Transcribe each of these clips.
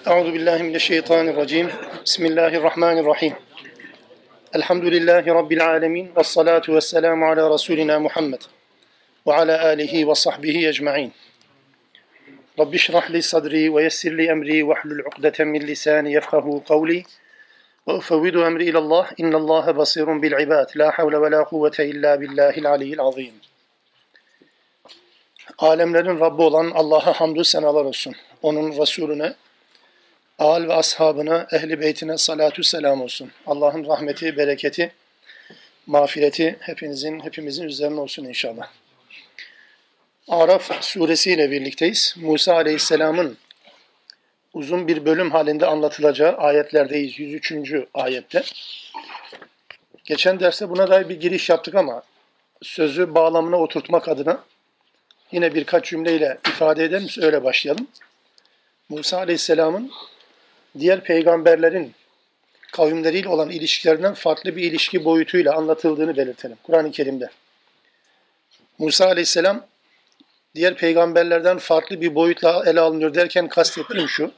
Euzubillahimineşşeytanirracim. Bismillahirrahmanirrahim. Elhamdülillahi Rabbil alemin. Vessalatu vesselamu ala Resulina Muhammed. Ve ala alihi ve sahbihi ecma'in. Rabbi şrah li sadri ve yessir li emri ve hlul uqdeten min lisani yefkahu kavli. Ve ufevvidu emri ilallah. İnnallâhe basirun bil ibad. La havle ve la kuvvete illa billahil aliyyil azim. Alemlerin Rabbi olan Allah'a hamdü senalar olsun. Onun Resulüne, âl ve ashabına, ehli beytine salatü selam olsun. Allah'ın rahmeti, bereketi, mağfireti hepimizin üzerine olsun inşallah. Araf suresiyle birlikteyiz. Musa aleyhisselamın uzun bir bölüm halinde anlatılacağı ayetlerdeyiz. 103. ayette. Geçen derste buna dair bir giriş yaptık ama sözü bağlamına oturtmak adına yine birkaç cümleyle ifade edelim, öyle başlayalım. Musa aleyhisselamın diğer peygamberlerin kavimleriyle olan ilişkilerinden farklı bir ilişki boyutuyla anlatıldığını belirtelim Kur'an-ı Kerim'de. Musa aleyhisselam diğer peygamberlerden farklı bir boyutla ele alınıyor derken kastettiğim şu: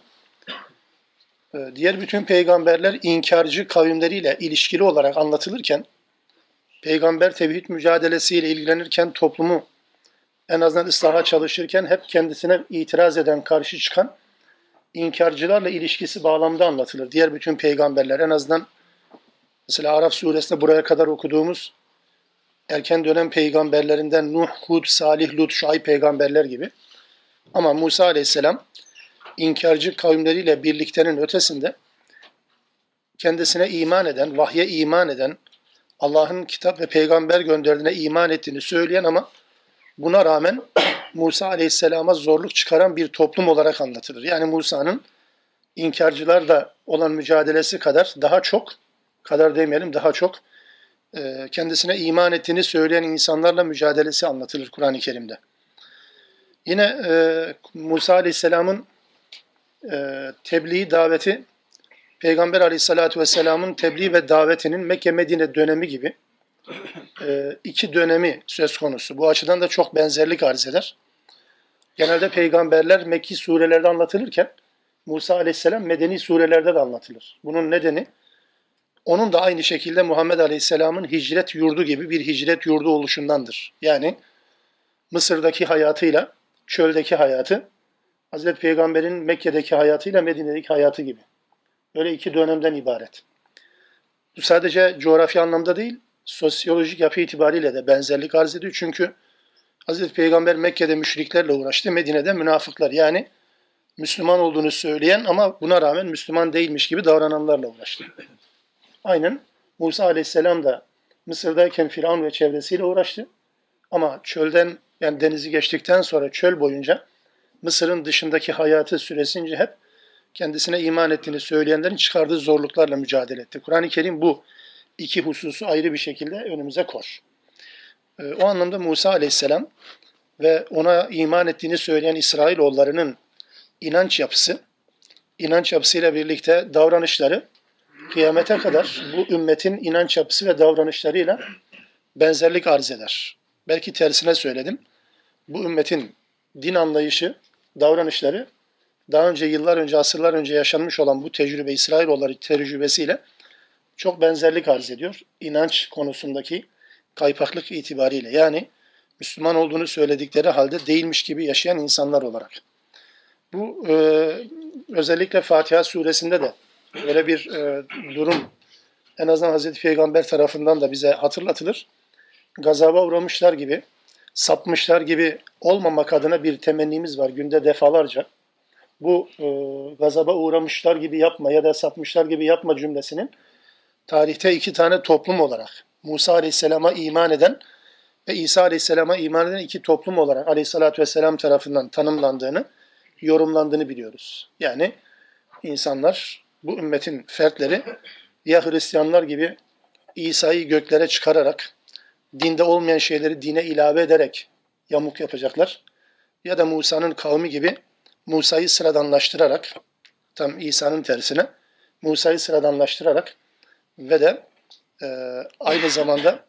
diğer bütün peygamberler inkarcı kavimleriyle ilişkili olarak anlatılırken, peygamber tevhid mücadelesiyle ilgilenirken, toplumu en azından ıslaha çalışırken hep kendisine itiraz eden, karşı çıkan inkarcılarla ilişkisi bağlamda anlatılır. Diğer bütün peygamberler, en azından mesela Araf suresinde buraya kadar okuduğumuz erken dönem peygamberlerinden Nuh, Hud, Salih, Lut, Şuayb peygamberler gibi. Ama Musa aleyhisselam inkarcı kavimleriyle birliktenin ötesinde kendisine iman eden, vahye iman eden, Allah'ın kitap ve peygamber gönderdiğine iman ettiğini söyleyen ama buna rağmen Musa aleyhisselama zorluk çıkaran bir toplum olarak anlatılır. Yani Musa'nın inkarcılarla olan mücadelesi kadar daha çok kendisine iman ettiğini söyleyen insanlarla mücadelesi anlatılır Kur'an-ı Kerim'de. Yine Musa aleyhisselamın tebliğ daveti, Peygamber aleyhissalatü vesselamın tebliğ ve davetinin Mekke-Medine dönemi gibi iki dönemi söz konusu. Bu açıdan da çok benzerlik arz eder. Genelde peygamberler Mekki surelerde anlatılırken Musa aleyhisselam Medeni surelerde de anlatılır. Bunun nedeni onun da aynı şekilde Muhammed aleyhisselamın hicret yurdu gibi bir hicret yurdu oluşundandır. Yani Mısır'daki hayatıyla çöldeki hayatı, Hazreti Peygamber'in Mekke'deki hayatıyla Medine'deki hayatı gibi. Böyle iki dönemden ibaret. Bu sadece coğrafya anlamda değil, sosyolojik yapı itibariyle de benzerlik arz ediyor. Çünkü Hazreti Peygamber Mekke'de müşriklerle uğraştı, Medine'de münafıklar, yani Müslüman olduğunu söyleyen ama buna rağmen Müslüman değilmiş gibi davrananlarla uğraştı. Aynen Musa aleyhisselam da Mısır'dayken Firavun ve çevresiyle uğraştı. Ama çölden, yani denizi geçtikten sonra çöl boyunca Mısır'ın dışındaki hayatı süresince hep kendisine iman ettiğini söyleyenlerin çıkardığı zorluklarla mücadele etti. Kur'an-ı Kerim bu iki hususu ayrı bir şekilde önümüze koyar. O anlamda Musa aleyhisselam ve ona iman ettiğini söyleyen İsrailoğullarının inanç yapısıyla birlikte davranışları kıyamete kadar bu ümmetin inanç yapısı ve davranışlarıyla benzerlik arz eder. Belki tersine söyledim. Bu ümmetin din anlayışı, davranışları daha önce, yıllar önce, asırlar önce yaşanmış olan bu tecrübe, İsrailoğulları tecrübesiyle çok benzerlik arz ediyor. İnanç konusundaki kaypaklık itibariyle, yani Müslüman olduğunu söyledikleri halde değilmiş gibi yaşayan insanlar olarak. Bu özellikle Fatiha suresinde de böyle bir durum en azından Hazreti Peygamber tarafından da bize hatırlatılır. Gazaba uğramışlar gibi, sapmışlar gibi olmamak adına bir temennimiz var günde defalarca. Bu gazaba uğramışlar gibi yapma ya da sapmışlar gibi yapma cümlesinin tarihte iki tane toplum olarak, Musa aleyhisselama iman eden ve İsa aleyhisselama iman eden iki toplum olarak aleyhissalatü vesselam tarafından tanımlandığını, yorumlandığını biliyoruz. Yani insanlar, bu ümmetin fertleri ya Hristiyanlar gibi İsa'yı göklere çıkararak, dinde olmayan şeyleri dine ilave ederek yamuk yapacaklar, ya da Musa'nın kavmi gibi Musa'yı sıradanlaştırarak, tam İsa'nın tersine Musa'yı sıradanlaştırarak ve de aynı zamanda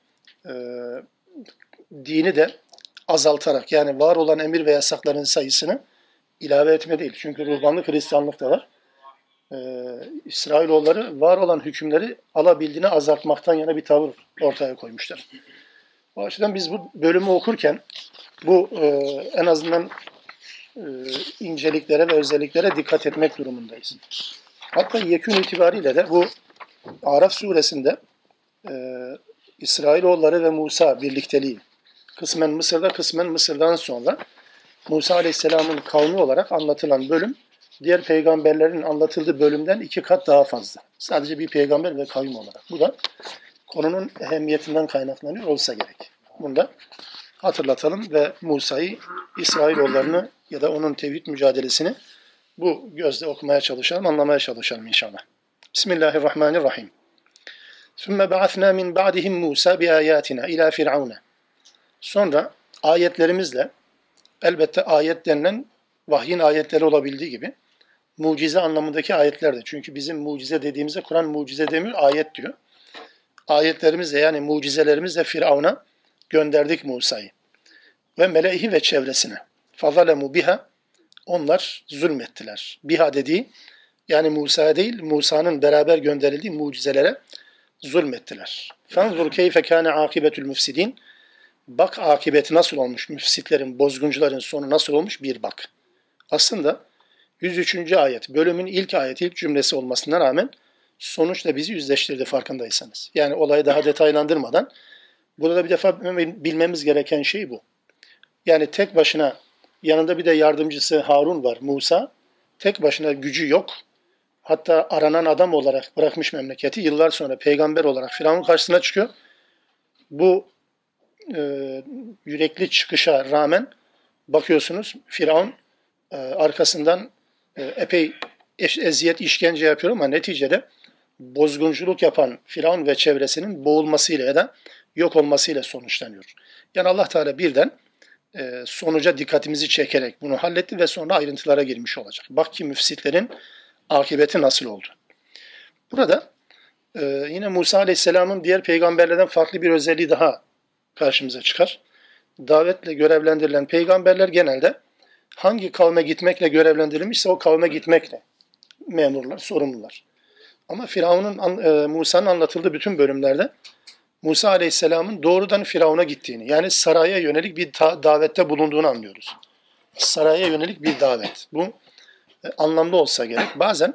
dini de azaltarak, yani var olan emir ve yasakların sayısını ilave etme değil. Çünkü ruhbanlık Hristiyanlık da var. İsrailoğulları var olan hükümleri alabildiğine azaltmaktan yana bir tavır ortaya koymuşlar. O açıdan biz bu bölümü okurken bu en azından inceliklere ve özelliklere dikkat etmek durumundayız. Hatta yekün itibariyle de bu Araf suresinde İsrailoğulları ve Musa birlikteliği kısmen Mısır'da kısmen Mısır'dan sonra Musa Aleyhisselam'ın kavmi olarak anlatılan bölüm diğer peygamberlerin anlatıldığı bölümden 2 kat daha fazla. Sadece bir peygamber ve kavim olarak. Bu da konunun ehemmiyetinden kaynaklanıyor olsa gerek. Bunu da hatırlatalım ve Musa'yı, İsrailoğullarını ya da onun tevhid mücadelesini bu gözle okumaya çalışalım, anlamaya çalışalım inşallah. Bismillahirrahmanirrahim. ثُمَّ بَعَثْنَا مِنْ بَعْدِهِمْ مُوسَى بِآيَاتِنَا إِلَى فِرْعَوْنَ. Sonra ayetlerimizle, elbette ayet denilen vahyin ayetleri olabildiği gibi mucize anlamındaki ayetler de. Çünkü bizim mucize dediğimizde Kur'an mucize demiyor, ayet diyor. Ayetlerimizle yani mucizelerimizle Firavun'a gönderdik Musa'yı. Ve meleği ve çevresine. فَظَلَمُوا biha. Onlar zulmettiler. Biha dediği yani Musa'ya değil, Musa'nın beraber gönderildiği mucizelere zulmettiler. فَانْظُرْ كَيْفَ كَانَ عَاقِبَةُ الْمُفْسِدِينَ. Bak akıbeti nasıl olmuş, müfsitlerin, bozguncuların sonu nasıl olmuş bir bak. Aslında 103. ayet, bölümün ilk ayeti, ilk cümlesi olmasına rağmen sonuçla bizi yüzleştirdi farkındaysanız. Yani olayı daha detaylandırmadan, burada da bir defa bilmemiz gereken şey bu. Yani tek başına, yanında bir de yardımcısı Harun var, Musa. Tek başına gücü yok. Hatta aranan adam olarak bırakmış memleketi. Yıllar sonra peygamber olarak Firavun karşısına çıkıyor. Bu yürekli çıkışa rağmen bakıyorsunuz Firavun arkasından epey eziyet, işkence yapıyor ama neticede bozgunculuk yapan Firavun ve çevresinin boğulmasıyla ya da yok olmasıyla sonuçlanıyor. Yani Allah Teala birden sonuca dikkatimizi çekerek bunu halletti ve sonra ayrıntılara girmiş olacak. Bak ki müfsitlerin akıbeti nasıl oldu. Burada yine Musa Aleyhisselam'ın diğer peygamberlerden farklı bir özelliği daha karşımıza çıkar. Davetle görevlendirilen peygamberler genelde hangi kavme gitmekle görevlendirilmişse o kavme gitmekle memurlar, sorumlular. Ama Musa'nın anlatıldığı bütün bölümlerde Musa Aleyhisselam'ın doğrudan Firavun'a gittiğini, yani saraya yönelik bir davette bulunduğunu anlıyoruz. Saraya yönelik bir davet. Bu anlamlı olsa gerek. Bazen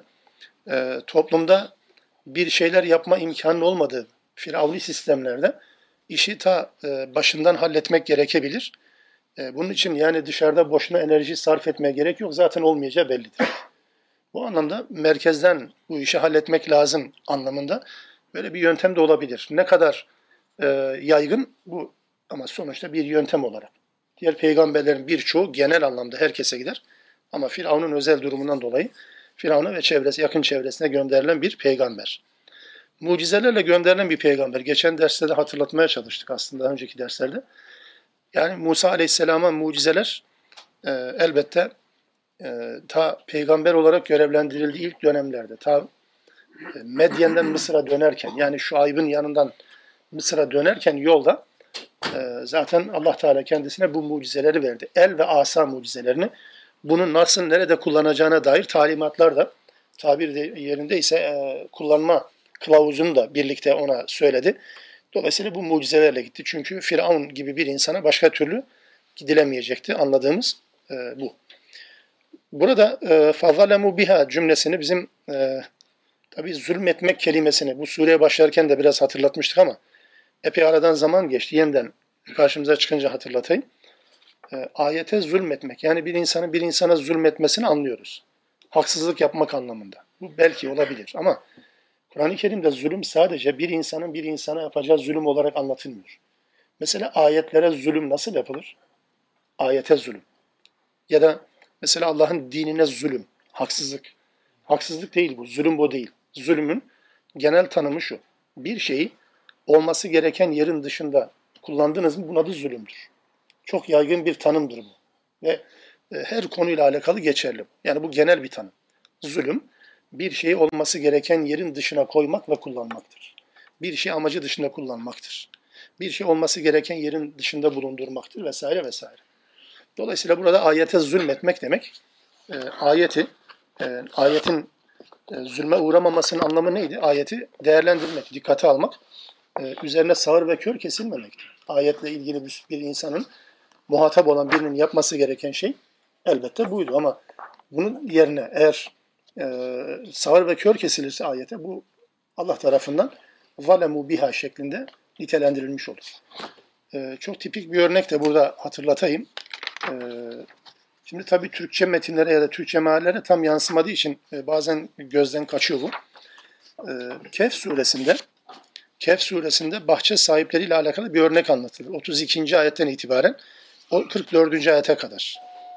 toplumda bir şeyler yapma imkanı olmadığı Firavuni sistemlerde işi başından halletmek gerekebilir. Bunun için yani dışarıda boşuna enerji sarf etmeye gerek yok. Zaten olmayacağı bellidir. Bu anlamda merkezden bu işi halletmek lazım anlamında böyle bir yöntem de olabilir. Ne kadar yaygın bu ama sonuçta bir yöntem olarak. Diğer peygamberlerin birçoğu genel anlamda herkese gider. Ama Firavun'un özel durumundan dolayı Firavun'a ve yakın çevresine gönderilen bir peygamber. Mucizelerle gönderilen bir peygamber. Geçen derste de hatırlatmaya çalıştık aslında önceki derslerde. Yani Musa Aleyhisselam'a mucizeler elbette ta peygamber olarak görevlendirildiği ilk dönemlerde, ta Medyen'den Mısır'a dönerken, yani Şuayb'ın yanından Mısır'a dönerken yolda zaten Allah Teala kendisine bu mucizeleri verdi. El ve asa mucizelerini. Bunu nasıl, nerede kullanacağına dair talimatlar da tabir yerindeyse kullanma kılavuzunu da birlikte ona söyledi. Dolayısıyla bu mucizelerle gitti. Çünkü Firavun gibi bir insana başka türlü gidilemeyecekti. Anladığımız bu. Burada فَظَلَمُوا biha cümlesini bizim tabi zulmetmek kelimesini bu sureye başlarken de biraz hatırlatmıştık ama epey aradan zaman geçti. Yeniden karşımıza çıkınca hatırlatayım. Ayete zulmetmek, yani bir insanın bir insana zulmetmesini anlıyoruz. Haksızlık yapmak anlamında. Bu belki olabilir ama Kur'an-ı Kerim'de zulüm sadece bir insanın bir insana yapacağı zulüm olarak anlatılmıyor. Mesela ayetlere zulüm nasıl yapılır? Ayete zulüm. Ya da mesela Allah'ın dinine zulüm, haksızlık. Haksızlık değil bu, zulüm bu değil. Zulümün genel tanımı şu. Bir şeyi olması gereken yerin dışında kullandınız mı bunun adı zulümdür. Çok yaygın bir tanımdır bu. Ve her konuyla alakalı geçerli. Yani bu genel bir tanım. Zulüm, bir şeyi olması gereken yerin dışına koymak ve kullanmaktır. Bir şey amacı dışında kullanmaktır. Bir şey olması gereken yerin dışında bulundurmaktır vesaire vesaire. Dolayısıyla burada ayete zulmetmek demek, ayetin Zulme uğramamasının anlamı neydi? Ayeti değerlendirmek, dikkate almak, üzerine sağır ve kör kesilmemekti. Ayetle ilgili bir insanın, muhatap olan birinin yapması gereken şey elbette buydu. Ama bunun yerine eğer sağır ve kör kesilirse ayete, bu Allah tarafından zalemu biha şeklinde nitelendirilmiş olur. Çok tipik bir örnek de burada hatırlatayım. Şimdi tabii Türkçe metinlere ya da Türkçe meallere tam yansımadığı için bazen gözden kaçıyor bu. Kehf suresinde bahçe sahipleriyle alakalı bir örnek anlatılır. 32. ayetten itibaren 44. ayete kadar.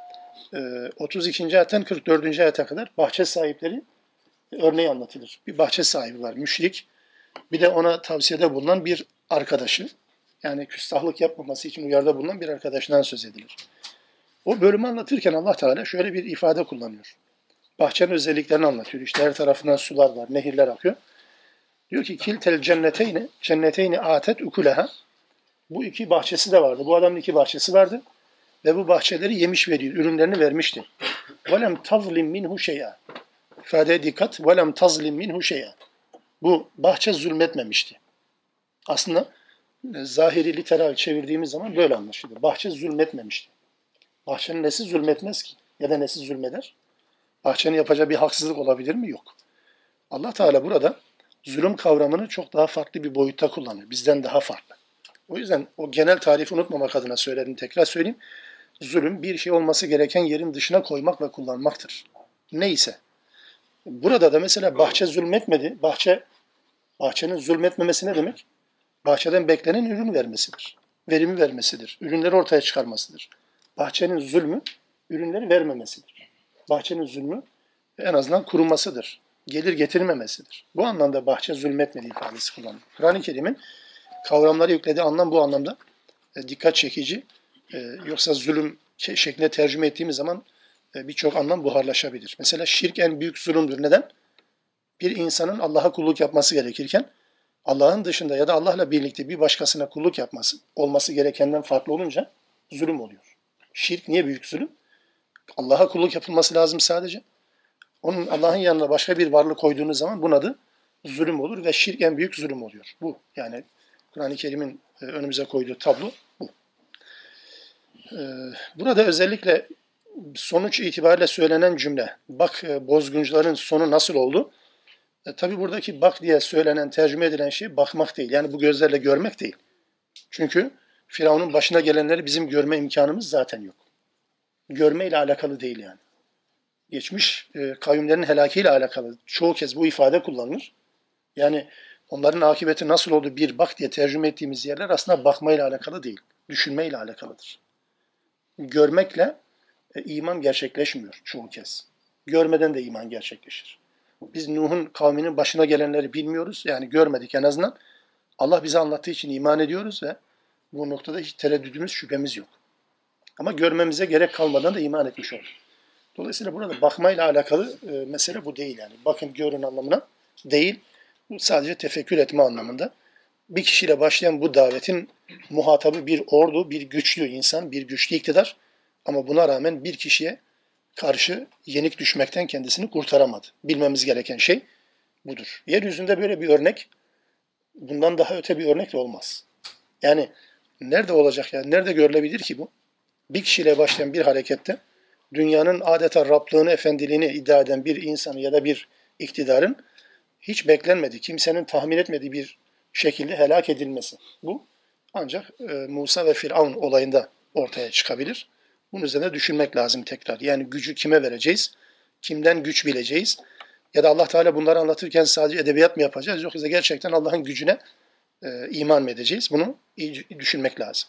32. ayetten 44. ayete kadar bahçe sahipleri örneği anlatılır. Bir bahçe sahibi var, müşrik. Bir de ona tavsiyede bulunan bir arkadaşı. Yani küstahlık yapmaması için uyarıda bulunan bir arkadaşından söz edilir. O bölümü anlatırken Allah Teala şöyle bir ifade kullanıyor. Bahçenin özelliklerini anlatıyor. İşte her tarafından sular var, nehirler akıyor. Diyor ki kiltel cenneteyni atet ukuleha. Bu iki bahçesi de vardı. Bu adamın iki bahçesi vardı. Ve bu bahçeleri yemiş veriyor, ürünlerini vermişti. وَلَمْ تَظْلِمْ مِنْهُ شَيْئًا. İfadeye dikkat. وَلَمْ تَظْلِمْ مِنْهُ شَيْئًا. Bu bahçe zulmetmemişti. Aslında zahiri literal çevirdiğimiz zaman böyle anlaşılır. Bahçe zulmetmemişti. Bahçenin nesi zulmetmez ki? Ya da nesi zulmeder? Bahçenin yapacağı bir haksızlık olabilir mi? Yok. Allah Teala burada zulüm kavramını çok daha farklı bir boyutta kullanıyor. Bizden daha farklı. O yüzden o genel tarifi unutmamak adına söyledim, tekrar söyleyeyim. Zulüm bir şey olması gereken yerin dışına koymak ve kullanmaktır. Neyse. Burada da mesela bahçe zulmetmedi. Bahçenin zulmetmemesi ne demek? Bahçeden beklenen ürün vermesidir. Verimi vermesidir. Ürünleri ortaya çıkarmasıdır. Bahçenin zulmü ürünleri vermemesidir. Bahçenin zulmü en azından kurumasıdır. Gelir getirmemesidir. Bu anlamda bahçe zulmetmedi ifadesi kullanılır. Kur'an-ı Kerim'in kavramları yüklediği anlam bu anlamda dikkat çekici. Yoksa zulüm şeklinde tercüme ettiğimiz zaman birçok anlam buharlaşabilir. Mesela şirk en büyük zulümdür. Neden? Bir insanın Allah'a kulluk yapması gerekirken Allah'ın dışında ya da Allah'la birlikte bir başkasına kulluk yapması olması gerekenden farklı olunca zulüm oluyor. Şirk niye büyük zulüm? Allah'a kulluk yapılması lazım sadece. Onun Allah'ın yanına başka bir varlık koyduğunuz zaman bunun adı zulüm olur ve şirk en büyük zulüm oluyor. Bu yani Kur'an-ı Kerim'in önümüze koyduğu tablo bu. Burada özellikle sonuç itibariyle söylenen cümle, bak bozguncuların sonu nasıl oldu? Tabi buradaki bak diye söylenen, tercüme edilen şey bakmak değil. Yani bu gözlerle görmek değil. Çünkü Firavun'un başına gelenleri bizim görme imkanımız zaten yok. Görmeyle alakalı değil yani. Geçmiş kavimlerin helakiyle alakalı. Çoğu kez bu ifade kullanılır. Yani onların akıbeti nasıl oldu bir bak diye tercüme ettiğimiz yerler aslında bakmayla alakalı değil. Düşünmeyle alakalıdır. Görmekle iman gerçekleşmiyor çoğu kez. Görmeden de iman gerçekleşir. Biz Nuh'un kavminin başına gelenleri bilmiyoruz. Yani görmedik en azından. Allah bize anlattığı için iman ediyoruz ve bu noktada hiç tereddüdümüz, şüphemiz yok. Ama görmemize gerek kalmadan da iman etmiş olduk. Dolayısıyla burada bakmayla alakalı mesele bu değil yani. Bakın görün anlamına değil. Bu sadece tefekkür etme anlamında. Bir kişiyle başlayan bu davetin muhatabı bir ordu, bir güçlü insan, bir güçlü iktidar. Ama buna rağmen bir kişiye karşı yenik düşmekten kendisini kurtaramadı. Bilmemiz gereken şey budur. Yeryüzünde böyle bir örnek, bundan daha öte bir örnek de olmaz. Yani nerede olacak yani? Nerede görülebilir ki bu? Bir kişiyle başlayan bir harekette dünyanın adeta Rablığını, efendiliğini iddia eden bir insanı ya da bir iktidarın hiç beklenmediği, kimsenin tahmin etmediği bir şekilde helak edilmesi. Bu ancak Musa ve Firavun olayında ortaya çıkabilir. Bunun üzerine düşünmek lazım tekrar. Yani gücü kime vereceğiz? Kimden güç bileceğiz? Ya da Allah Teala bunları anlatırken sadece edebiyat mı yapacağız? Yoksa gerçekten Allah'ın gücüne iman mı edeceğiz? Bunu iyi düşünmek lazım.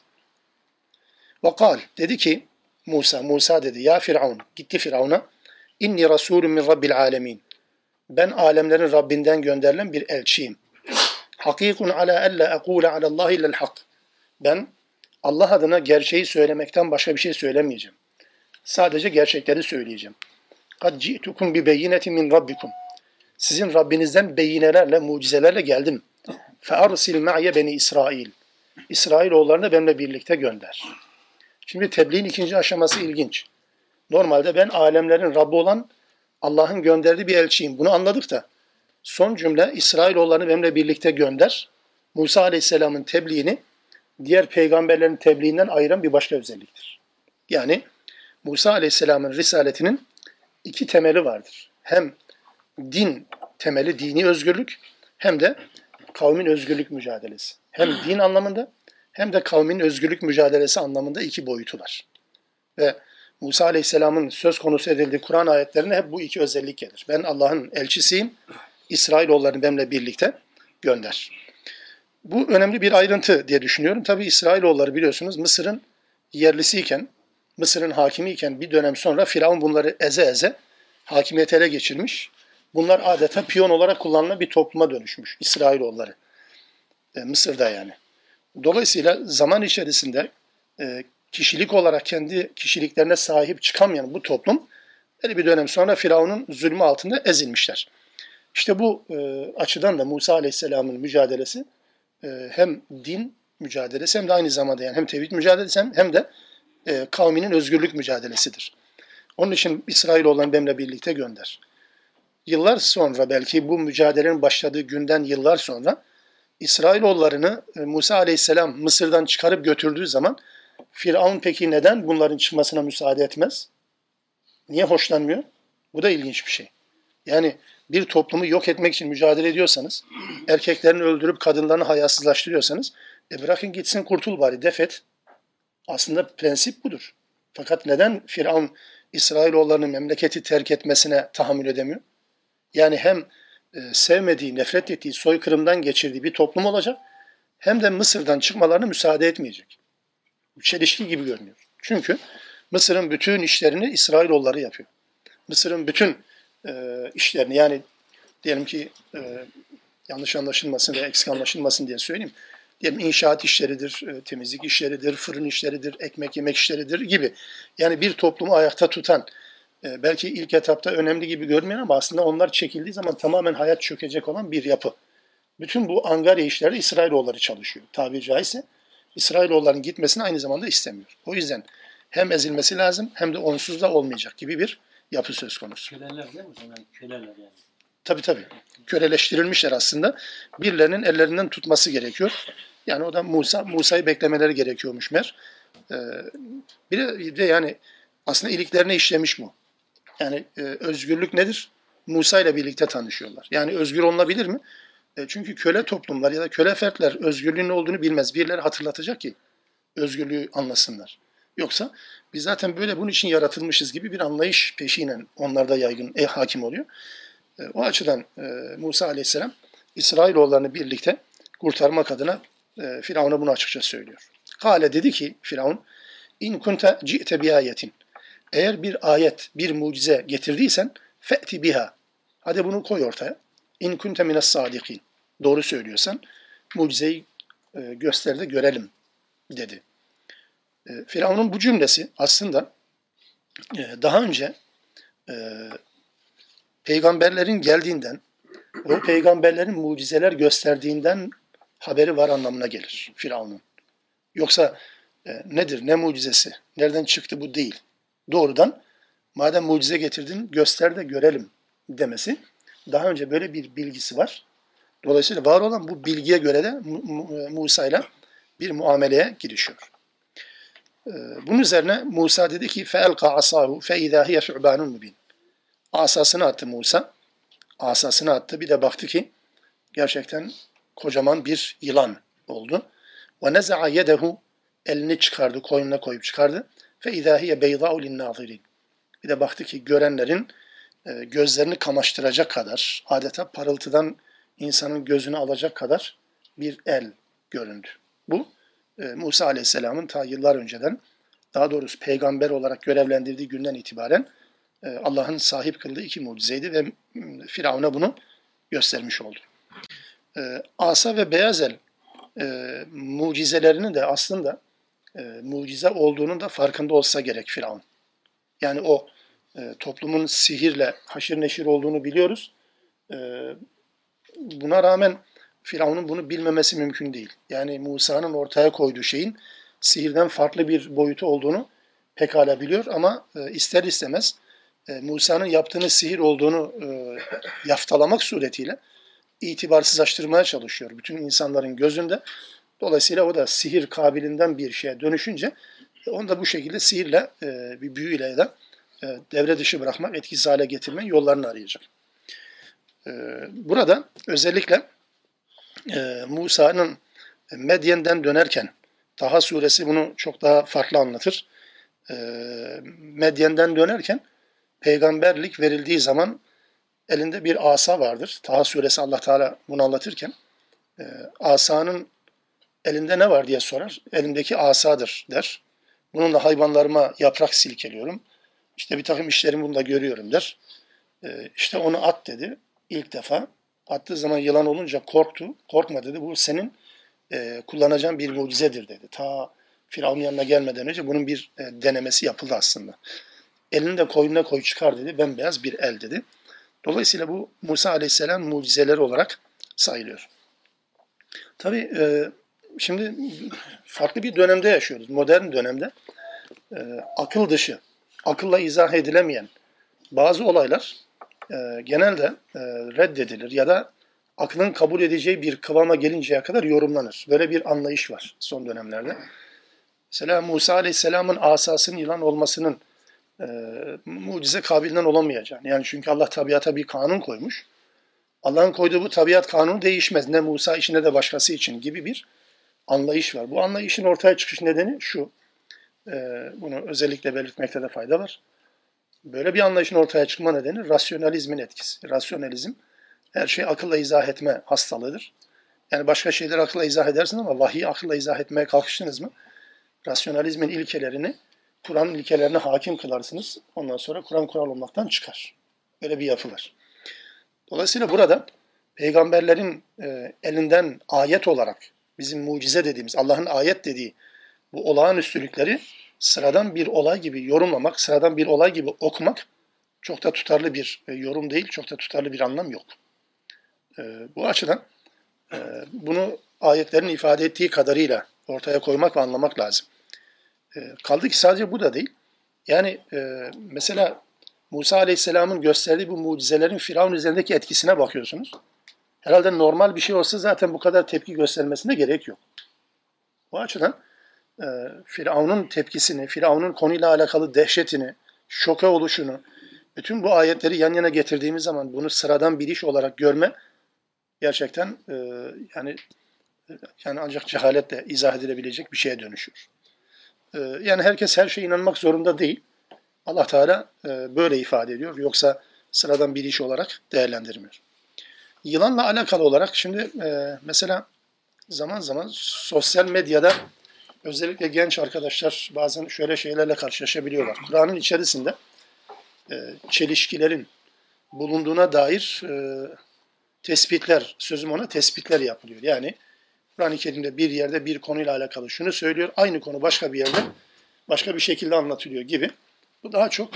Vakal dedi ki Musa dedi ya Firavun, gitti Firavun'a inni rasulun min rabbil alemin. Ben alemlerin Rabbinden gönderilen bir elçiyim. Hakikun ala ella ekule alallahi illel hak. Ben Allah adına gerçeği söylemekten başka bir şey söylemeyeceğim. Sadece gerçekleri söyleyeceğim. Kad ci'tukum bi beyinetin min rabbikum. Sizin Rabbinizden beyinelerle, mucizelerle geldim. Fe arsil ma'ye beni İsrail. İsrailoğullarını benimle birlikte gönder. Şimdi tebliğin ikinci aşaması ilginç. Normalde ben alemlerin Rabbi olan Allah'ın gönderdiği bir elçiyim. Bunu anladık da son cümle İsrailoğullarını benimle birlikte gönder. Musa Aleyhisselam'ın tebliğini diğer peygamberlerin tebliğinden ayıran bir başka özelliktir. Yani Musa Aleyhisselam'ın risaletinin iki temeli vardır. Hem din temeli, dini özgürlük, hem de kavmin özgürlük mücadelesi. Hem din anlamında hem de kavmin özgürlük mücadelesi anlamında iki boyutu var. Ve Musa Aleyhisselam'ın söz konusu edildiği Kur'an ayetlerinde hep bu iki özellik gelir. Ben Allah'ın elçisiyim, İsrailoğullarını benimle birlikte gönder. Bu önemli bir ayrıntı diye düşünüyorum. Tabii İsrailoğulları biliyorsunuz Mısır'ın yerlisiyken, Mısır'ın hakimiyken bir dönem sonra Firavun bunları eze eze hakimiyeti ele geçirmiş. Bunlar adeta piyon olarak kullanılan bir topluma dönüşmüş İsrailoğulları. Mısır'da yani. Dolayısıyla zaman içerisinde kişilik olarak kendi kişiliklerine sahip çıkamayan bu toplum belli bir dönem sonra Firavun'un zulmü altında ezilmişler. İşte bu açıdan da Musa Aleyhisselam'ın mücadelesi hem din mücadelesi hem de aynı zamanda yani hem tevhid mücadelesi hem de kavminin özgürlük mücadelesidir. Onun için İsrailoğullarını benimle birlikte gönder. Yıllar sonra belki bu mücadelenin başladığı günden yıllar sonra İsrailoğullarını Musa Aleyhisselam Mısır'dan çıkarıp götürdüğü zaman Firavun peki neden bunların çıkmasına müsaade etmez? Niye hoşlanmıyor? Bu da ilginç bir şey. Yani bir toplumu yok etmek için mücadele ediyorsanız, erkeklerini öldürüp kadınlarını hayasızlaştırıyorsanız, bırakın gitsin kurtul bari, defet. Aslında prensip budur. Fakat neden Firavun İsrailoğullarının memleketi terk etmesine tahammül edemiyor? Yani hem sevmediği, nefret ettiği, soykırımdan geçirdiği bir toplum olacak, hem de Mısır'dan çıkmalarına müsaade etmeyecek. Çelişki gibi görünüyor. Çünkü Mısır'ın bütün işlerini İsrailoğulları yapıyor. Mısır'ın bütün işlerini yani diyelim ki yanlış anlaşılmasın veya eksik anlaşılmasın diye söyleyeyim. Diyelim inşaat işleridir, temizlik işleridir, fırın işleridir, ekmek yemek işleridir gibi. Yani bir toplumu ayakta tutan, belki ilk etapta önemli gibi görünmeyen ama aslında onlar çekildiği zaman tamamen hayat çökecek olan bir yapı. Bütün bu angarya işlerde İsrailoğulları çalışıyor. Tabiri caizse İsrailoğulların gitmesini aynı zamanda istemiyor. O yüzden hem ezilmesi lazım hem de onsuz da olmayacak gibi bir yapı söz konusu. Köleler değil mi? Yani köleler yani. Tabii. Köleleştirilmişler aslında. Birilerinin ellerinden tutması gerekiyor. Yani o da Musa'yı beklemeleri gerekiyormuş meğer. Bir de yani aslında iliklerine işlemiş bu. Yani özgürlük nedir? Musa ile birlikte tanışıyorlar. Yani özgür olunabilir mi? Çünkü köle toplumlar ya da köle fertler özgürlüğün ne olduğunu bilmez. Birileri hatırlatacak ki özgürlüğü anlasınlar. Yoksa biz zaten böyle bunun için yaratılmışız gibi bir anlayış peşinen onlarda yaygın, hakim oluyor. O açıdan Musa Aleyhisselam İsrailoğullarını birlikte kurtarmak adına Firavun'a bunu açıkça söylüyor. Kale dedi ki Firavun, İn kunte ci'te bi ayetin. Eğer bir ayet, bir mucize getirdiysen fe'ti biha. Hadi bunu koy ortaya. İn kunte mines sadikin. Doğru söylüyorsan mucizeyi göster de görelim dedi. Firavun'un bu cümlesi aslında daha önce peygamberlerin geldiğinden, o peygamberlerin mucizeler gösterdiğinden haberi var anlamına gelir Firavun'un. Yoksa nedir, ne mucizesi, nereden çıktı bu değil. Doğrudan madem mucize getirdin göster de görelim demesi. Daha önce böyle bir bilgisi var. Dolayısıyla var olan bu bilgiye göre de Musa ile bir muameleye girişiyor. Bunun üzerine Musa dedi ki فَاَلْقَى عَصَاهُ فَاِذَا هِيَ ثُعْبَانٌ مُبِينٌ. Asasını attı Musa. Asasını attı. Bir de baktı ki gerçekten kocaman bir yılan oldu. وَنَزَعَ يَدَهُ. Elini çıkardı, koynuna koyup çıkardı. فَاِذَا هِيَ بَيْضَاءُ لِلنَّاظِرِينَ. Bir de baktı ki görenlerin gözlerini kamaştıracak kadar, adeta parıltıdan insanın gözünü alacak kadar bir el göründü. Bu Musa Aleyhisselam'ın ta yıllar önceden, daha doğrusu peygamber olarak görevlendirdiği günden itibaren Allah'ın sahip kıldığı iki mucizeydi ve Firavun'a bunu göstermiş oldu. Asa ve beyaz el mucizelerinin de aslında mucize olduğunun da farkında olsa gerek Firavun. Yani o toplumun sihirle haşır neşir olduğunu biliyoruz. Buna rağmen Firavun'un bunu bilmemesi mümkün değil. Yani Musa'nın ortaya koyduğu şeyin sihirden farklı bir boyutu olduğunu pekala biliyor ama ister istemez Musa'nın yaptığını sihir olduğunu yaftalamak suretiyle itibarsızlaştırmaya çalışıyor bütün insanların gözünde. Dolayısıyla o da sihir kabilinden bir şeye dönüşünce onu da bu şekilde sihirle, bir büyüyle ya da devre dışı bırakmak, etkisiz hale getirme yollarını arayacak. Burada özellikle Musa'nın Medyen'den dönerken, Taha suresi bunu çok daha farklı anlatır. Medyen'den dönerken peygamberlik verildiği zaman elinde bir asa vardır. Taha suresi Allah Teala bunu anlatırken asanın elinde ne var diye sorar. Elimdeki asadır der. Bununla hayvanlarıma yaprak silkeliyorum. İşte bir takım işlerimi bunda görüyorum der. İşte onu at dedi ilk defa. Attığı zaman yılan olunca korktu. Korkma dedi. Bu senin kullanacağın bir mucizedir dedi. Ta Firavun'un yanına gelmeden önce bunun bir denemesi yapıldı aslında. Elini de koynuna koy çıkar dedi. Bembeyaz bir el dedi. Dolayısıyla bu Musa Aleyhisselam mucizeleri olarak sayılıyor. Tabii şimdi farklı bir dönemde yaşıyoruz. Modern dönemde akıl dışı, akılla izah edilemeyen bazı olaylar genelde reddedilir ya da aklın kabul edeceği bir kıvama gelinceye kadar yorumlanır. Böyle bir anlayış var son dönemlerde. Mesela Musa Aleyhisselam'ın asasının yılan olmasının mucize kabilinden olamayacağını. Yani çünkü Allah tabiata bir kanun koymuş. Allah'ın koyduğu bu tabiat kanunu değişmez. Ne Musa için ne de başkası için gibi bir anlayış var. Bu anlayışın ortaya çıkış nedeni şu. Bunu özellikle belirtmekte de fayda var. Böyle bir anlayışın ortaya çıkma nedeni rasyonalizmin etkisi. Rasyonalizm her şeyi akılla izah etme hastalığıdır. Yani başka şeyleri akılla izah edersiniz ama vahiy akılla izah etmeye kalkıştınız mı? Rasyonalizmin ilkelerini, Kur'an'ın ilkelerine hakim kılarsınız. Ondan sonra Kur'an kural olmaktan çıkar. Böyle bir yapı var. Dolayısıyla burada peygamberlerin elinden ayet olarak bizim mucize dediğimiz, Allah'ın ayet dediği bu olağanüstülükleri sıradan bir olay gibi yorumlamak, sıradan bir olay gibi okumak çok da tutarlı bir yorum değil, çok da tutarlı bir anlam yok. Bu açıdan bunu ayetlerin ifade ettiği kadarıyla ortaya koymak ve anlamak lazım. Kaldı ki sadece bu da değil. Yani mesela Musa Aleyhisselam'ın gösterdiği bu mucizelerin Firavun üzerindeki etkisine bakıyorsunuz. Herhalde normal bir şey olsa zaten bu kadar tepki göstermesine gerek yok. Bu açıdan Firavun'un tepkisini, Firavun'un konuyla alakalı dehşetini, şoka oluşunu, bütün bu ayetleri yan yana getirdiğimiz zaman bunu sıradan bir iş olarak görme gerçekten yani ancak cehaletle izah edilebilecek bir şeye dönüşüyor. Yani herkes her şeye inanmak zorunda değil. Allah Teala böyle ifade ediyor. Yoksa sıradan bir iş olarak değerlendirmiyor. Yılanla alakalı olarak şimdi mesela zaman zaman sosyal medyada özellikle genç arkadaşlar bazen şöyle şeylerle karşılaşabiliyorlar. Kur'an'ın içerisinde çelişkilerin bulunduğuna dair tespitler, sözüm ona tespitler yapılıyor. Yani Kur'an-ı Kerim'de bir yerde bir konuyla alakalı şunu söylüyor, aynı konu başka bir yerde başka bir şekilde anlatılıyor gibi. Bu daha çok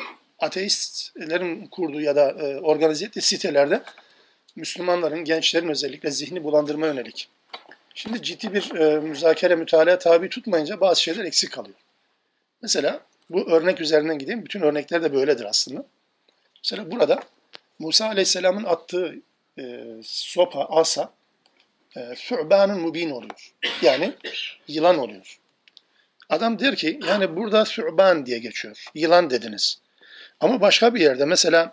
ateistlerin kurduğu ya da organize ettiği sitelerde Müslümanların, gençlerin özellikle zihni bulandırma yönelik. Şimdi ciddi bir müzakere, mütalaa tabi tutmayınca bazı şeyler eksik kalıyor. Mesela bu örnek üzerinden gideyim. Bütün örnekler de böyledir aslında. Mesela burada Musa Aleyhisselam'ın attığı sopa, asa Sü'banun mubin oluyor. Yani yılan oluyor. Adam der ki yani burada Sü'ban diye geçiyor. Yılan dediniz. Ama başka bir yerde mesela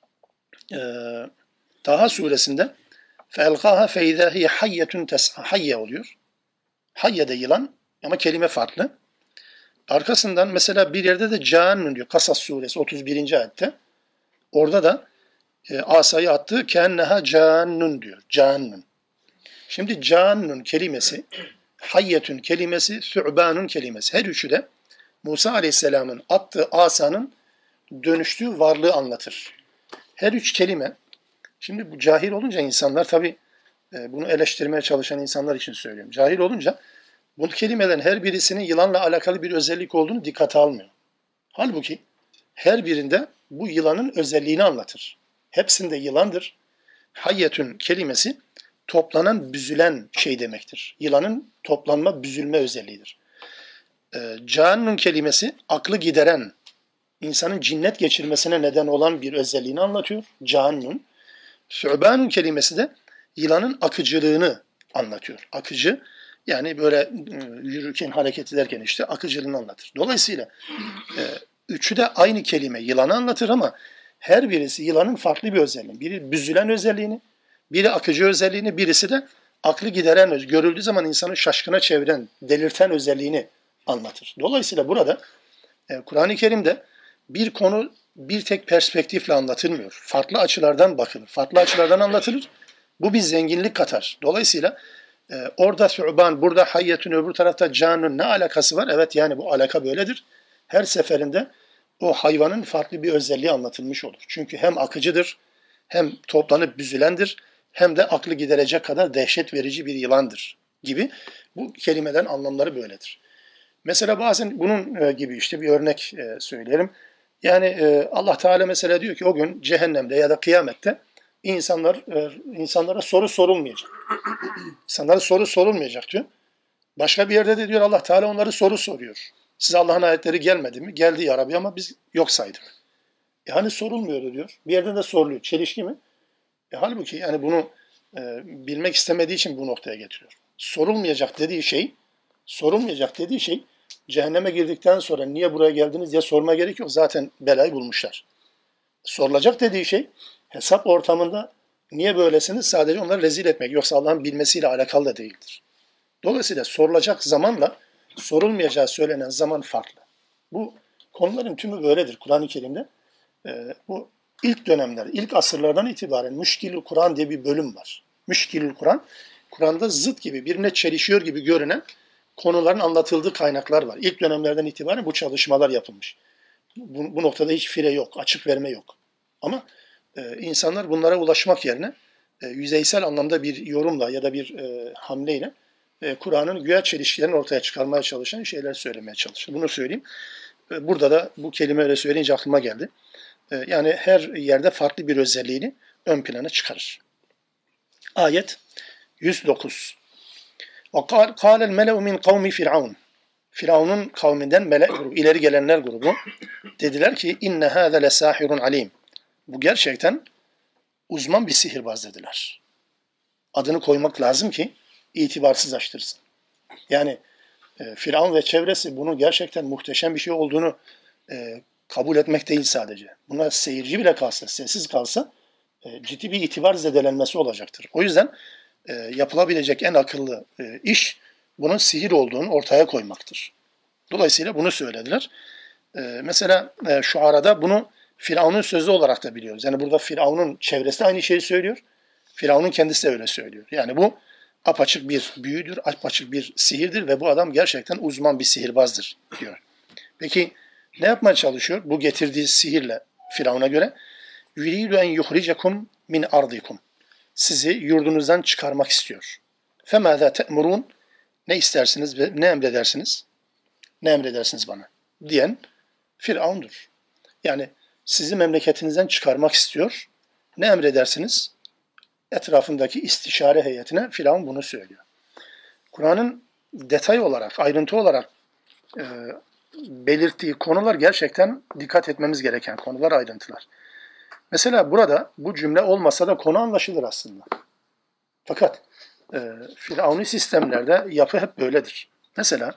Taha suresinde فَاَلْقَاهَا فَاِذَا هِيَ حَيَّةٌ تَسْعَى Hayye oluyor. Hayye de yılan ama kelime farklı. Arkasından mesela bir yerde de Cânnun diyor. Kasas suresi 31. ayette. Orada da asayı attı. كَاَنَّهَا Cânnun diyor. Cânnun. Şimdi Cânnun kelimesi, Hayyetun kelimesi, Sü'banun kelimesi. Her üçü de Musa Aleyhisselam'ın attığı asanın dönüştüğü varlığı anlatır. Her üç kelime, şimdi bu cahil olunca insanlar tabii bunu eleştirmeye çalışan insanlar için söylüyorum. Cahil olunca bu kelimelerin her birisinin yılanla alakalı bir özellik olduğunu dikkate almıyor. Halbuki her birinde bu yılanın özelliğini anlatır. Hepsinde yılandır. Hayyetun kelimesi toplanan, büzülen şey demektir. Yılanın toplanma, büzülme özelliğidir. Cannun kelimesi aklı gideren insanın cinnet geçirmesine neden olan bir özelliğini anlatıyor. Cannun. Sü'banun kelimesi de yılanın akıcılığını anlatıyor. Akıcı, yani böyle yürürken, hareket ederken işte akıcılığını anlatır. Dolayısıyla üçü de aynı kelime yılanı anlatır ama her birisi yılanın farklı bir özelliğini. Biri büzülen özelliğini, biri akıcı özelliğini, birisi de aklı gideren, görüldüğü zaman insanı şaşkına çeviren, delirten özelliğini anlatır. Dolayısıyla burada Kur'an-ı Kerim'de bir konu bir tek perspektifle anlatılmıyor. Farklı açılardan bakılır, farklı açılardan anlatılır. Bu bir zenginlik katar. Dolayısıyla orada Sü'ban, burada Hayyetun, öbür tarafta Can'ın ne alakası var? Evet, yani bu alaka böyledir. Her seferinde o hayvanın farklı bir özelliği anlatılmış olur. Çünkü hem akıcıdır, hem toplanıp büzülendir, hem de aklı giderecek kadar dehşet verici bir yılandır gibi. Bu kelimeden anlamları böyledir. Mesela bazen bunun gibi işte bir örnek söyleyelim. Yani Allah Teala mesela diyor ki o gün cehennemde ya da kıyamette insanlara soru sorulmayacak. İnsanlara soru sorulmayacak diyor. Başka bir yerde de diyor Allah Teala onları soru soruyor. Size Allah'ın ayetleri gelmedi mi? Geldi ya Rabbi ama biz yok saydık. Hani sorulmuyordu diyor. Bir yerde de soruluyor. Çelişki mi? Halbuki yani bunu bilmek istemediği için bu noktaya getiriyor. Sorulmayacak dediği şey cehenneme girdikten sonra niye buraya geldiniz diye sorma gerek yok. Zaten belayı bulmuşlar. Sorulacak dediği şey hesap ortamında niye böylesiniz sadece onları rezil etmek. Yoksa Allah'ın bilmesiyle alakalı da değildir. Dolayısıyla sorulacak zamanla sorulmayacağı söylenen zaman farklı. Bu konuların tümü böyledir Kur'an-ı Kerim'de. Bu ilk dönemler, ilk asırlardan itibaren Müşkil-ül Kur'an diye bir bölüm var. Müşkil-ül Kur'an, Kur'an'da zıt gibi, birbirine çelişiyor gibi görünen konuların anlatıldığı kaynaklar var. İlk dönemlerden itibaren bu çalışmalar yapılmış. Bu noktada hiç fire yok, açık verme yok. Ama insanlar bunlara ulaşmak yerine yüzeysel anlamda bir yorumla ya da bir hamleyle Kur'an'ın güya çelişkilerini ortaya çıkarmaya çalışan şeyler söylemeye çalışıyor. Bunu söyleyeyim. Burada da bu kelime öyle söyleyince aklıma geldi. Yani her yerde farklı bir özelliğini ön plana çıkarır. Ayet 109. وَقَالَ الْمَلَوْ مِنْ قَوْمِ فِرْعَوْنَ Firavun'un kavminden melek grubu, ileri gelenler grubu dediler ki inne hâze lesâhirun alim. Bu gerçekten uzman bir sihirbaz dediler. Adını koymak lazım ki itibarsızlaştırsın. Yani Firavun ve çevresi bunun gerçekten muhteşem bir şey olduğunu kabul etmek değil sadece. Buna seyirci bile kalsa, sessiz kalsa ciddi bir itibar zedelenmesi olacaktır. O yüzden yapılabilecek en akıllı iş bunun sihir olduğunu ortaya koymaktır. Dolayısıyla bunu söylediler. Mesela şu arada bunu Firavun'un sözü olarak da biliyoruz. Yani burada Firavun'un çevresi de aynı şeyi söylüyor. Firavun'un kendisi de öyle söylüyor. Yani bu apaçık bir büyüdür, apaçık bir sihirdir ve bu adam gerçekten uzman bir sihirbazdır diyor. Peki ne yapmaya çalışıyor? Bu getirdiği sihirle Firavun'a göre yuridu en yuhricekum min ardikum. Sizi yurdunuzdan çıkarmak istiyor. Femâzâ te'murûn ne istersiniz ve ne emredersiniz? Ne emredersiniz bana? Diyen Firavun'dur. Yani sizi memleketinizden çıkarmak istiyor. Ne emredersiniz? Etrafındaki istişare heyetine Firavun bunu söylüyor. Kur'an'ın detay olarak, ayrıntı olarak belirttiği konular gerçekten dikkat etmemiz gereken konular, ayrıntılar. Mesela burada bu cümle olmasa da konu anlaşılır aslında. Fakat Firavuni sistemlerde yapı hep böyledir. Mesela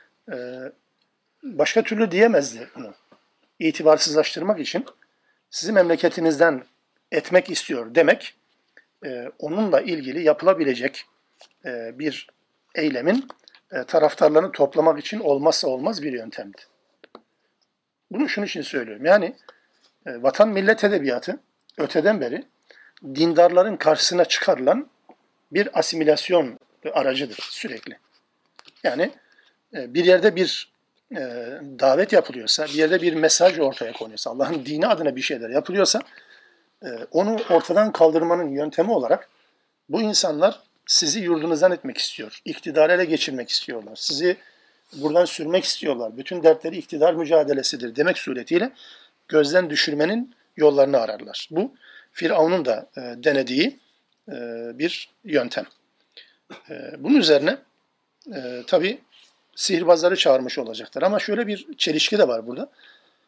başka türlü diyemezdi bunu. İtibarsızlaştırmak için sizi memleketinizden etmek istiyor demek, onunla ilgili yapılabilecek bir eylemin taraftarlarını toplamak için olmazsa olmaz bir yöntemdi. Bunu şunun için söylüyorum. Yani vatan millet edebiyatı öteden beri dindarların karşısına çıkarılan bir asimilasyon aracıdır sürekli. Yani bir yerde bir davet yapılıyorsa, bir yerde bir mesaj ortaya konuyorsa, Allah'ın dini adına bir şeyler yapılıyorsa, onu ortadan kaldırmanın yöntemi olarak bu insanlar sizi yurdunuzdan etmek istiyor, iktidarı ele geçirmek istiyorlar, sizi buradan sürmek istiyorlar, bütün dertleri iktidar mücadelesidir demek suretiyle gözden düşürmenin yollarını ararlar. Bu Firavun'un da denediği bir yöntem. Bunun üzerine tabii sihirbazları çağırmış olacaklar. Ama şöyle bir çelişki de var burada.